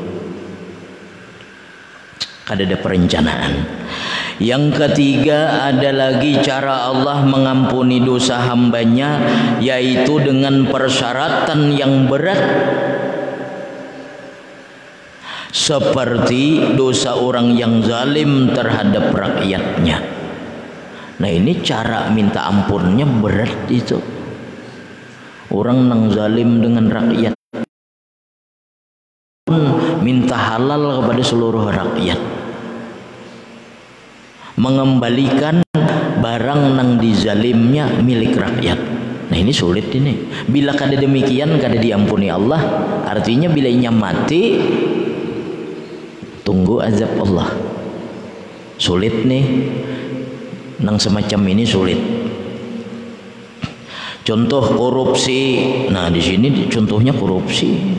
kada ada perencanaan. Yang ketiga ada lagi cara Allah mengampuni dosa hambanya, yaitu dengan persyaratan yang berat, seperti dosa orang yang zalim terhadap rakyatnya. Nah, ini cara minta ampunnya berat itu. Orang yang zalim dengan rakyat pun minta halal kepada seluruh rakyat, mengembalikan barang yang dizalimnya milik rakyat. Nah, ini sulit ini. Bila kada demikian kada diampuni Allah. Artinya bila inya mati tunggu azab Allah. Sulit nih nang semacam ini, sulit. Contoh korupsi. Nah, di sini contohnya korupsi.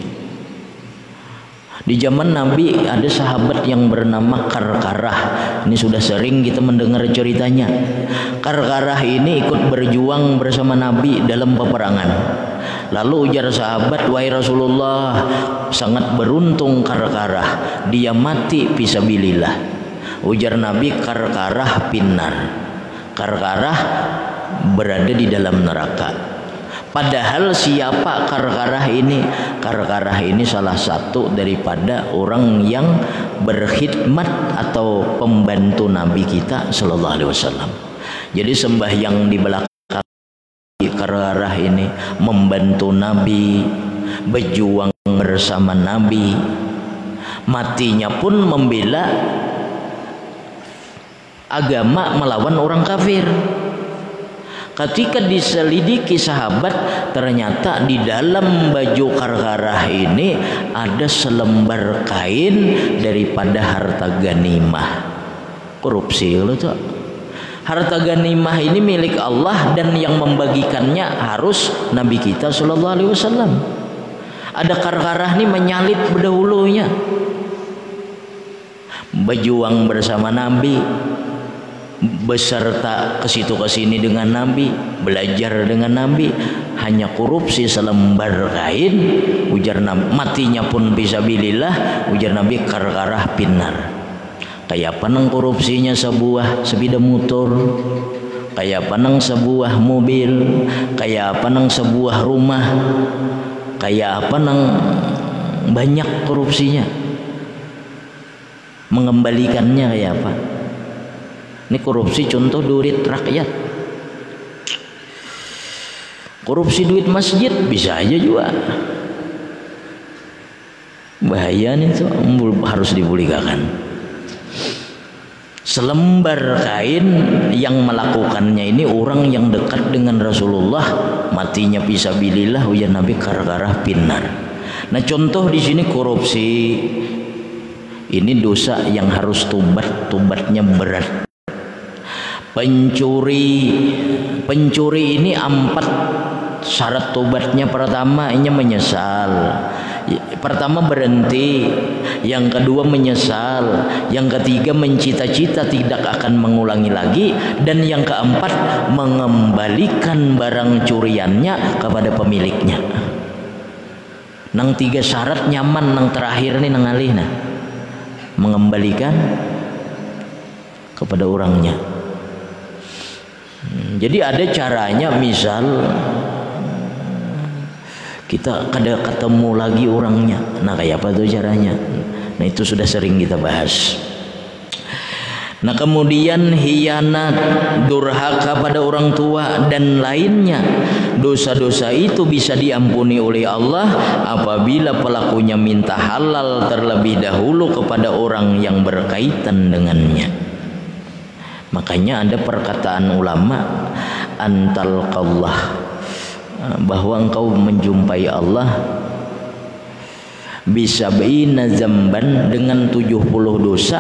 Di zaman Nabi ada sahabat yang bernama Karkarah. Ini sudah sering kita mendengar ceritanya. Karkarah ini ikut berjuang bersama Nabi dalam peperangan. Lalu ujar sahabat, wahai Rasulullah, sangat beruntung Karkarah, dia mati fisabilillah. Ujar Nabi, Karkarah pinnar, Karkarah berada di dalam neraka. Padahal siapa Karkarah ini? Karkarah ini salah satu daripada orang yang berkhidmat atau pembantu Nabi kita Sallallahu Alaihi Wasallam. Jadi sembahyang di belakang Karkarah ini, membantu Nabi, berjuang bersama Nabi, matinya pun membela agama melawan orang kafir. Ketika diselidiki sahabat, ternyata di dalam baju karkarah ini ada selembar kain daripada harta ganimah. Korupsi kalau tuh. Harta ganimah ini milik Allah dan yang membagikannya harus Nabi kita Shallallahu Alaihi Wasallam. Ada karkarah nih menyalip berdahulunya, berjuang bersama Nabi, beserta ke situ ke sini dengan Nabi, belajar dengan Nabi, hanya korupsi selembar kain. Ujar Nabi, matinya pun fisabilillah. Ujar Nabi, karkarah pinar. Kayak panang korupsinya sebuah sepeda motor, kayak panang sebuah mobil, kayak panang sebuah rumah, kayak panang banyak korupsinya. Mengembalikannya kayak apa? Ini korupsi contoh duit rakyat. Korupsi duit masjid bisa aja juga. Bahaya nih tuh, harus dipulihkan. Selembar kain yang melakukannya ini orang yang dekat dengan Rasulullah, matinya fisabilillah. Ujar Nabi, karkarah pinar. Nah contoh di sini korupsi ini dosa yang harus tobat, tobatnya berat. Pencuri, pencuri ini empat syarat tobatnya. Pertama, ini menyesal. Pertama berhenti, yang kedua menyesal, yang ketiga mencita-cita tidak akan mengulangi lagi, dan yang keempat mengembalikan barang curiannya kepada pemiliknya. Nang tiga syarat nyaman, nang terakhir nih nang alih nah, mengembalikan kepada orangnya. Jadi ada caranya, misal kita kada ketemu lagi orangnya, nah kayak apa tuh caranya? Nah itu sudah sering kita bahas. Nah kemudian hianat, durhaka pada orang tua dan lainnya. Dosa-dosa itu bisa diampuni oleh Allah apabila pelakunya minta halal terlebih dahulu kepada orang yang berkaitan dengannya. Makanya ada perkataan ulama, antalqallah, bahwa engkau menjumpai Allah bisa bina zamban, dengan tujuh puluh dosa,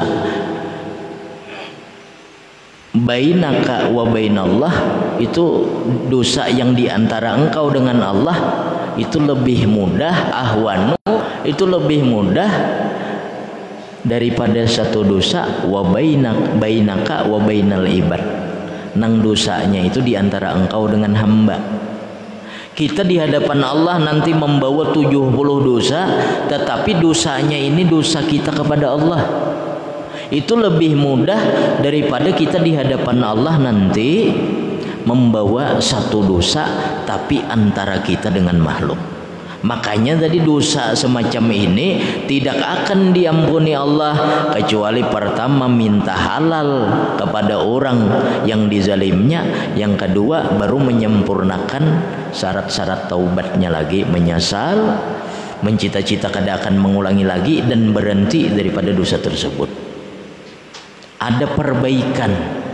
bainaka wa bainallah, itu dosa yang diantara engkau dengan Allah itu lebih mudah, ahwanu, itu lebih mudah daripada satu dosa wa bainak bainaka wa bainal ibad, nang dosanya itu diantara engkau dengan hamba. Kita di hadapan Allah nanti membawa tujuh puluh dosa, tetapi dosanya ini dosa kita kepada Allah. Itu lebih mudah daripada kita di hadapan Allah nanti membawa satu dosa tapi antara kita dengan makhluk. Makanya tadi dosa semacam ini tidak akan diampuni Allah kecuali pertama minta halal kepada orang yang dizalimnya, yang kedua baru menyempurnakan syarat-syarat taubatnya lagi, menyesal, mencita-cita kada akan mengulangi lagi, dan berhenti daripada dosa tersebut. Ada perbaikan.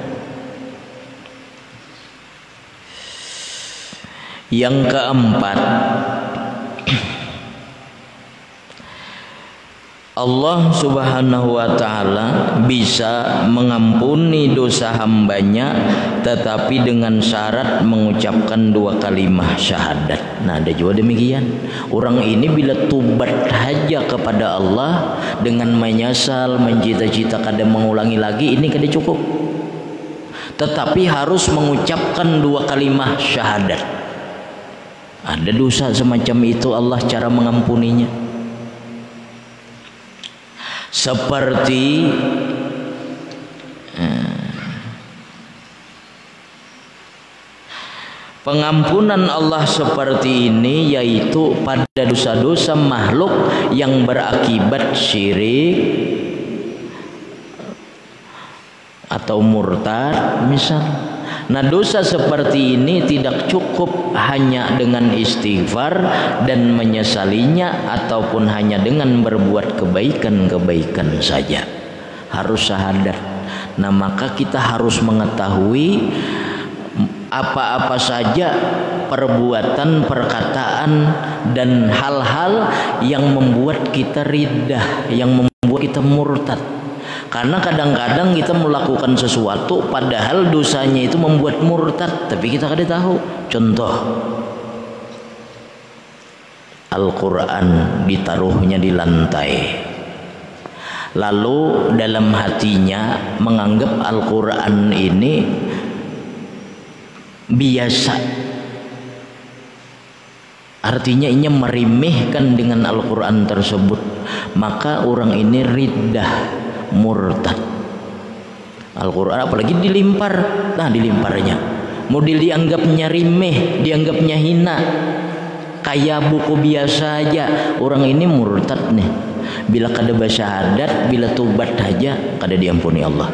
Yang keempat, Allah subhanahu wa ta'ala bisa mengampuni dosa hambanya tetapi dengan syarat mengucapkan dua kalimah syahadat. Nah ada juga demikian. Orang ini bila tubat saja kepada Allah dengan menyesal, mencita-cita kada mengulangi lagi, ini kada cukup, tetapi harus mengucapkan dua kalimah syahadat. Ada dosa semacam itu Allah cara mengampuninya. Seperti eh, pengampunan Allah seperti ini, yaitu pada dosa-dosa makhluk yang berakibat syirik atau murtad misal. Nah dosa seperti ini tidak cukup hanya dengan istighfar dan menyesalinya, ataupun hanya dengan berbuat kebaikan-kebaikan saja, harus syahadat. Nah maka kita harus mengetahui apa-apa saja perbuatan, perkataan dan hal-hal yang membuat kita riddah, yang membuat kita murtad. Karena kadang-kadang kita melakukan sesuatu padahal dosanya itu membuat murtad, tapi kita kada tahu. Contoh, Al-Quran ditaruhnya di lantai, lalu dalam hatinya menganggap Al-Quran ini biasa, artinya ini meremehkan dengan Al-Quran tersebut, maka orang ini riddah, murtad. Al-Quran apalagi dilimpar, nah dilimparnya model dianggapnya remeh, dianggapnya hina, kayak buku biasa aja, orang ini murtad nih. Bila kada bersyahadat, bila tobat aja kada diampuni Allah.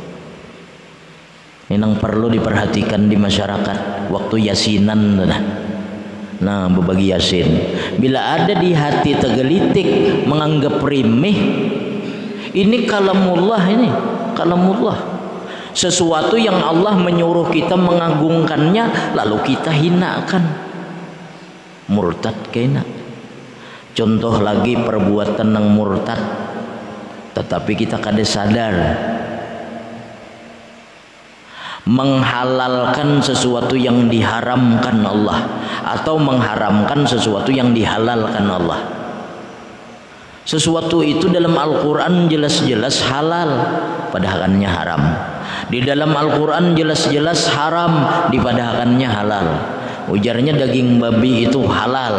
Ini yang perlu diperhatikan di masyarakat waktu yasinan. Nah, nah berbagi yasin, bila ada di hati tergelitik menganggap remeh, ini kalamullah, ini kalamullah, sesuatu yang Allah menyuruh kita mengagungkannya lalu kita hinakan, murtad kena. Contoh lagi perbuatan yang murtad tetapi kita kada sadar, menghalalkan sesuatu yang diharamkan Allah atau mengharamkan sesuatu yang dihalalkan Allah. Sesuatu itu dalam Al-Quran jelas-jelas halal, padahalnya haram. Di dalam Al-Quran jelas-jelas haram, dipadahalnya halal. Ujarnya daging babi itu halal.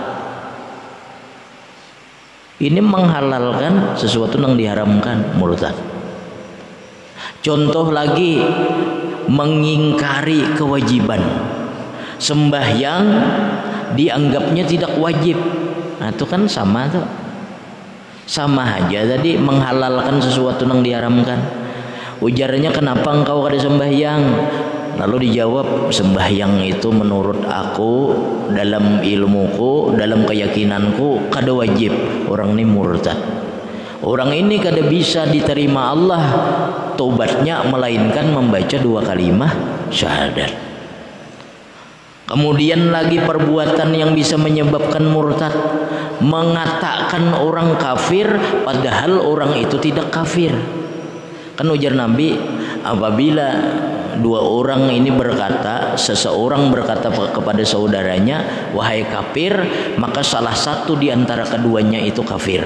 Ini menghalalkan sesuatu yang diharamkan, murtad. Contoh lagi, mengingkari kewajiban. Sembahyang dianggapnya tidak wajib. Nah, itu kan sama tuh. Sama aja tadi menghalalkan sesuatu yang diharamkan. Ujarnya, kenapa engkau kada sembahyang? Lalu dijawab, sembahyang itu menurut aku, dalam ilmuku, dalam keyakinanku kada wajib. Orang ini murtad. Orang ini kada bisa diterima Allah tobatnya melainkan membaca dua kalimah syahadat. Kemudian lagi perbuatan yang bisa menyebabkan murtad, mengatakan orang kafir padahal orang itu tidak kafir. Kan ujar Nabi, apabila dua orang ini berkata, seseorang berkata kepada saudaranya, wahai kafir, maka salah satu di antara keduanya itu kafir.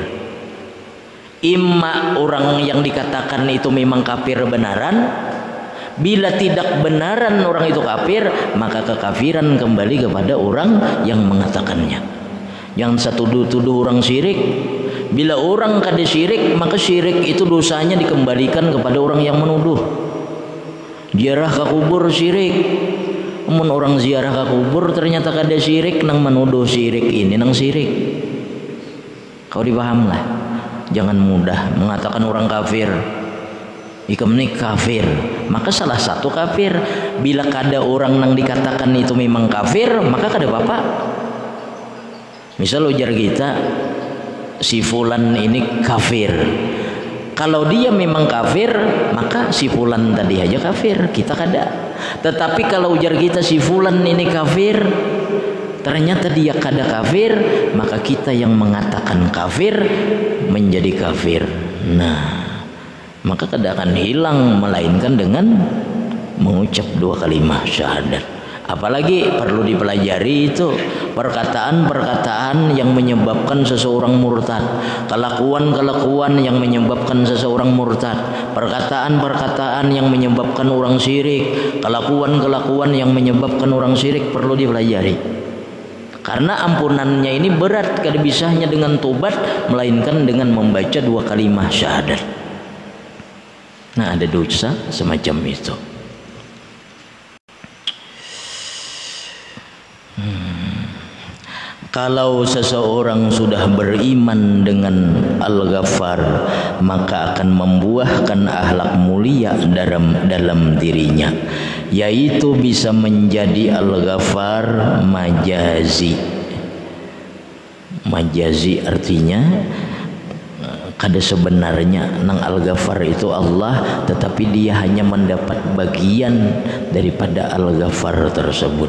Imma orang yang dikatakan itu memang kafir benaran, bila tidak benaran orang itu kafir, maka kekafiran kembali kepada orang yang mengatakannya. Yang satu tuduh orang syirik, bila orang kada syirik, maka syirik itu dosanya dikembalikan kepada orang yang menuduh. Ziarah ke kubur syirik, namun orang ziarah ke kubur ternyata kada syirik, nang menuduh syirik ini nang syirik. Kau dipahamlah, jangan mudah mengatakan orang kafir. Ikam ni kafir, maka salah satu kafir. Bila kada orang nang dikatakan itu memang kafir, maka kada apa-apa. Misal ujar kita, si fulan ini kafir. Kalau dia memang kafir, maka si fulan tadi aja kafir, kita kada. Tetapi kalau ujar kita si fulan ini kafir, ternyata dia kada kafir, maka kita yang mengatakan kafir menjadi kafir. Nah, maka kada akan hilang melainkan dengan mengucap dua kalimah syahadat. Apalagi perlu dipelajari itu perkataan-perkataan yang menyebabkan seseorang murtad, kelakuan-kelakuan yang menyebabkan seseorang murtad, perkataan-perkataan yang menyebabkan orang syirik, kelakuan-kelakuan yang menyebabkan orang syirik perlu dipelajari. Karena ampunannya ini berat, kada bisanya dengan tobat melainkan dengan membaca dua kalimah syahadat. Nah, ada dosa semacam itu. Kalau seseorang sudah beriman dengan Al-Ghaffar, maka akan membuahkan akhlak mulia dalam dalam dirinya, yaitu bisa menjadi Al-Ghaffar majazi. Majazi artinya kada sebenarnya nang Al-Ghaffar itu Allah, tetapi dia hanya mendapat bagian daripada Al-Ghaffar tersebut.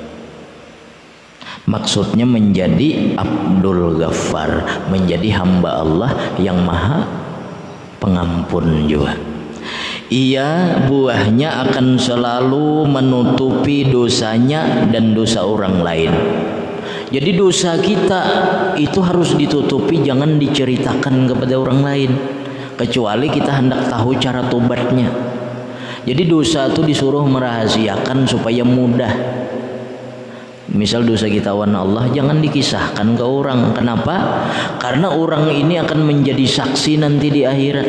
Maksudnya menjadi Abdul Ghaffar, menjadi hamba Allah yang maha pengampun juga. Ia buahnya akan selalu menutupi dosanya dan dosa orang lain. Jadi dosa kita itu harus ditutupi, jangan diceritakan kepada orang lain, kecuali kita hendak tahu cara tobatnya. Jadi dosa itu disuruh merahasiakan supaya mudah. Misal dosa kita wan Allah, jangan dikisahkan ke orang. Kenapa? Karena orang ini akan menjadi saksi nanti di akhirat.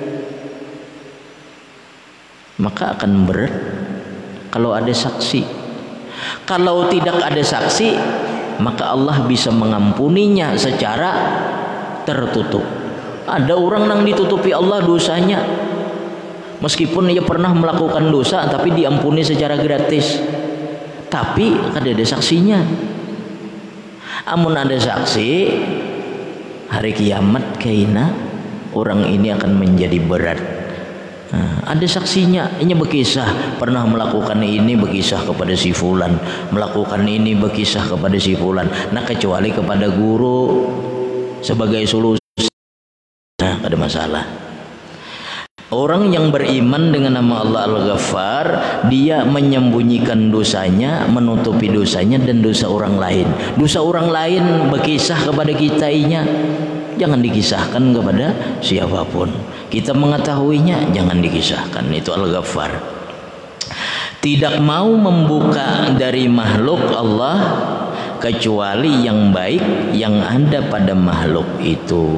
Maka akan berat kalau ada saksi. Kalau tidak ada saksi, maka Allah bisa mengampuninya secara tertutup. Ada orang yang ditutupi Allah dosanya, meskipun ia pernah melakukan dosa, tapi diampuni secara gratis. Tapi kada ada saksinya. Amun ada saksi, hari kiamat kaina orang ini akan menjadi berat. Nah, ada saksinya, ini berkisah pernah melakukan ini, berkisah kepada si fulan, melakukan ini berkisah kepada si fulan. Nah, kecuali kepada guru sebagai solusi, nah ada masalah. Orang yang beriman dengan nama Allah Al-Ghaffar, dia menyembunyikan dosanya, menutupi dosanya dan dosa orang lain. Dosa orang lain berkisah kepada kita inya, jangan dikisahkan kepada siapapun. Kita mengetahuinya, jangan dikisahkan. Itu Al-Ghaffar. Tidak mau membuka dari makhluk Allah kecuali yang baik yang ada pada makhluk itu.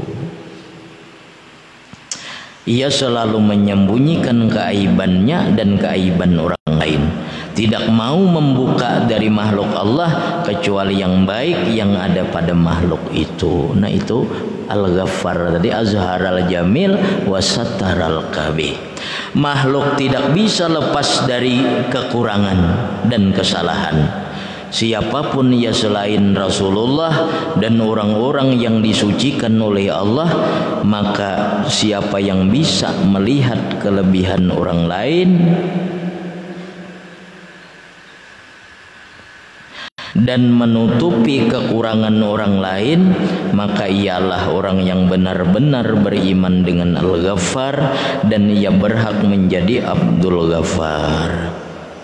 Ia selalu menyembunyikan keaibannya dan keaiban orang lain. Tidak mau membuka dari makhluk Allah kecuali yang baik yang ada pada makhluk itu. Nah itu Al-Ghaffar tadi, Azharal Jamil wa Sattaral Kabih. Makhluk tidak bisa lepas dari kekurangan dan kesalahan. Siapapun ia selain Rasulullah dan orang-orang yang disucikan oleh Allah, maka siapa yang bisa melihat kelebihan orang lain dan menutupi kekurangan orang lain, maka ialah orang yang benar-benar beriman dengan Al-Ghaffar dan ia berhak menjadi Abdul Ghaffar.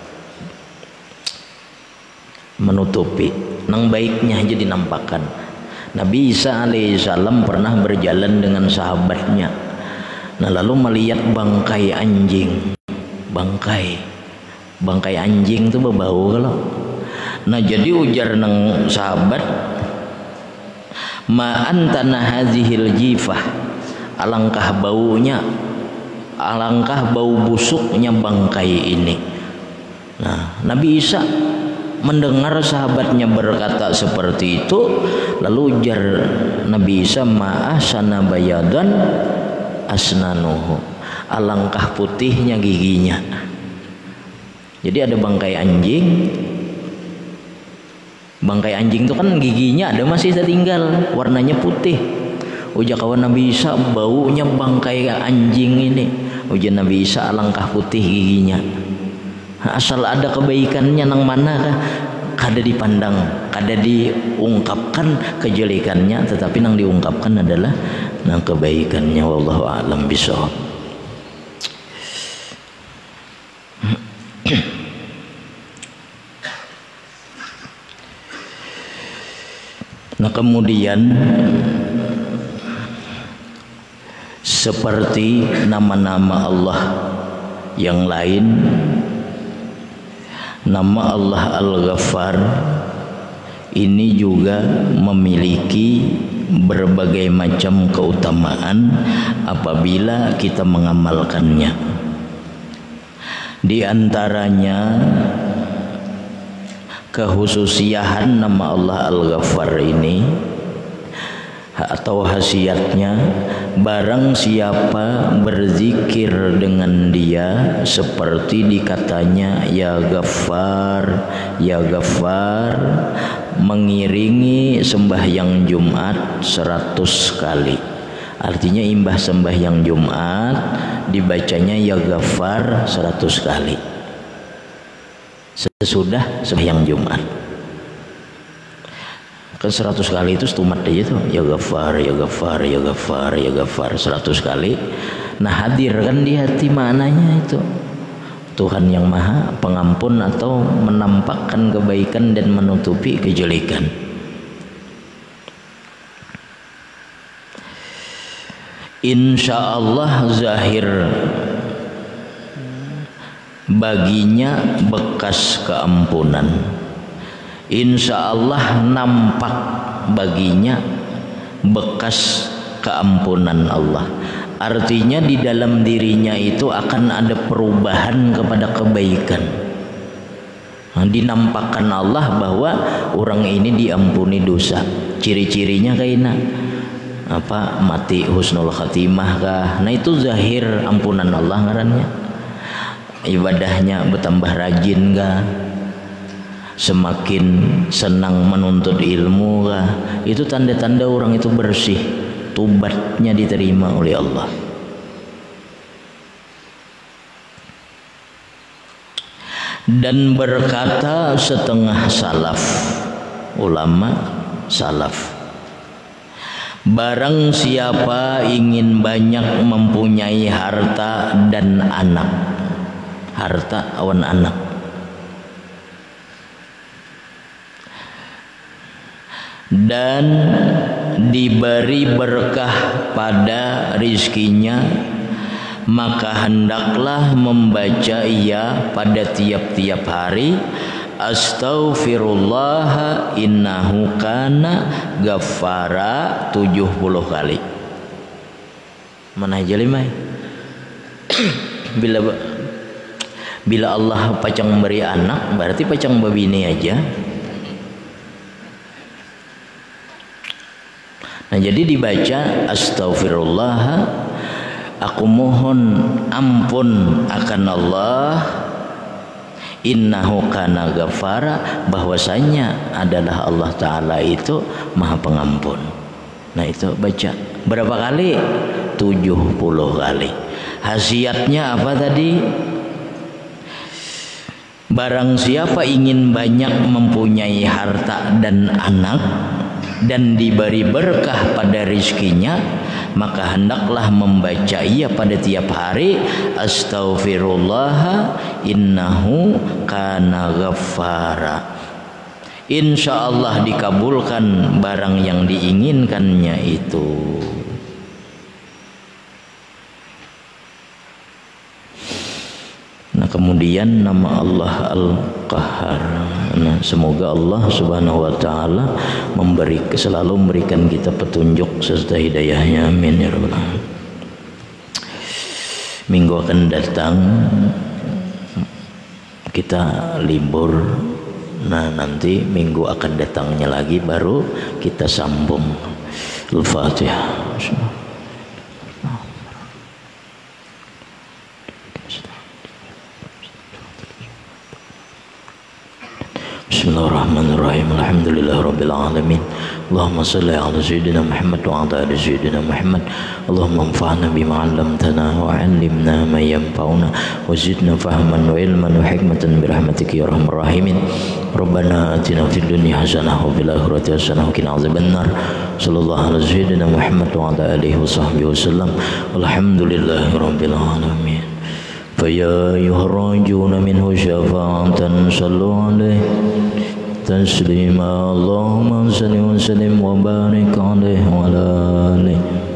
Menutupi nang baiknya aja dinampakkan. Nabi Isa alaihissalam pernah berjalan dengan sahabatnya. Nah lalu melihat bangkai anjing, bangkai bangkai anjing itu berbau kalau. Nah jadi ujar nang sahabat, ma antana hazihil jifah, alangkah baunya, alangkah bau busuknya bangkai ini. Nah Nabi Isa mendengar sahabatnya berkata seperti itu, lalu ujar Nabi Isa, ma'asana bayadan asnanuhu, alangkah putihnya giginya. Jadi ada bangkai anjing, bangkai anjing itu kan giginya ada masih tertinggal, warnanya putih. Ujar kawan Nabi Isa, baunya bangkai anjing ini. Ujar Nabi Isa, alangkah putih giginya. Asal ada kebaikannya nang mana kah? Kada dipandang, kada diungkapkan kejelekannya, tetapi nang diungkapkan adalah nang kebaikannya. Wallahu a'lam bishawab. Nah kemudian seperti nama-nama Allah yang lain, nama Allah Al-Ghaffar ini juga memiliki berbagai macam keutamaan apabila kita mengamalkannya. Di antaranya kehususian nama Allah Al-Ghaffar ini atau khasiatnya, barang siapa berzikir dengan dia seperti dikatanya ya Ghaffar, ya Ghaffar, mengiringi sembahyang Jumat seratus kali Artinya imbah sembahyang Jumat dibacanya ya Ghaffar seratus kali sesudah sembahyang Jumat. Kan seratus kali itu stumat aja tuh, ya Ghaffar, ya Ghaffar, ya Ghaffar, ya Ghaffar seratus kali. Nah hadir kan di hati maknanya itu Tuhan yang maha pengampun atau menampakkan kebaikan dan menutupi kejelekan. Insya Allah zahir baginya bekas keampunan. Insya Allah nampak baginya bekas keampunan Allah. Artinya di dalam dirinya itu akan ada perubahan kepada kebaikan. Nah, dinampakkan Allah bahwa orang ini diampuni dosa. Ciri-cirinya kayak apa, mati husnul khatimah kah? Nah itu zahir ampunan Allah ngarannya. Ibadahnya bertambah rajin kah? Semakin senang menuntut ilmu kah? Itu tanda-tanda orang itu bersih, tobatnya diterima oleh Allah. Dan berkata setengah salaf, ulama salaf, barang siapa ingin banyak mempunyai harta dan anak, harta awan anak, dan diberi berkah pada rizkinya, maka hendaklah membaca ia pada tiap-tiap hari, astaghfirullah innahu kana ghaffara tujuh puluh kali. Mana aja lima? Bila bila Allah pacang memberi anak, berarti pacang babini aja. Nah jadi dibaca astaghfirullah, aku mohon ampun akan Allah, innahu kana ghafara, bahwasanya adalah Allah Ta'ala itu maha pengampun. Nah itu baca berapa kali? tujuh puluh kali. Khasiatnya apa tadi? Barang siapa ingin banyak mempunyai harta dan anak dan diberi berkah pada rizkinya, maka hendaklah membaca ia pada tiap hari, astaghfirullah innahu kana ghaffara. Insya Allah dikabulkan barang yang diinginkannya itu. Nah kemudian nama Allah Al-Qahhar. Nah semoga Allah Subhanahu Wa Taala memberi selalu memberikan kita petunjuk serta hidayahnya, amin ya rabbal alamin. Minggu akan datang kita libur. Nah nanti minggu akan datangnya lagi baru kita sambung. Al-Fatihah. Bismillahirrahmanirrahim. Alhamdulillahirabbil alamin. Allahumma shalli ala sayyidina Muhammad wa ala ali sayyidina Muhammad. Allahumma anfa'na bima 'allamtana wa 'allimna ma yanfa'una wa zidna fahman wa ilman wa hikmatan bi rahmatika ya arhamar rahimin. Rabbana atina fid dunya hasanah wa fil akhirati hasanah wa qina adzabannar. Sallallahu ala sayyidina Muhammad wa ala alihi wa sahbihi wasallam. Walhamdulillahirabbil alamin. فيا أيها الراجون منه شفاعة صلوا عليه تسليما اللهم صل وسلم وبارك عليه وعلى آله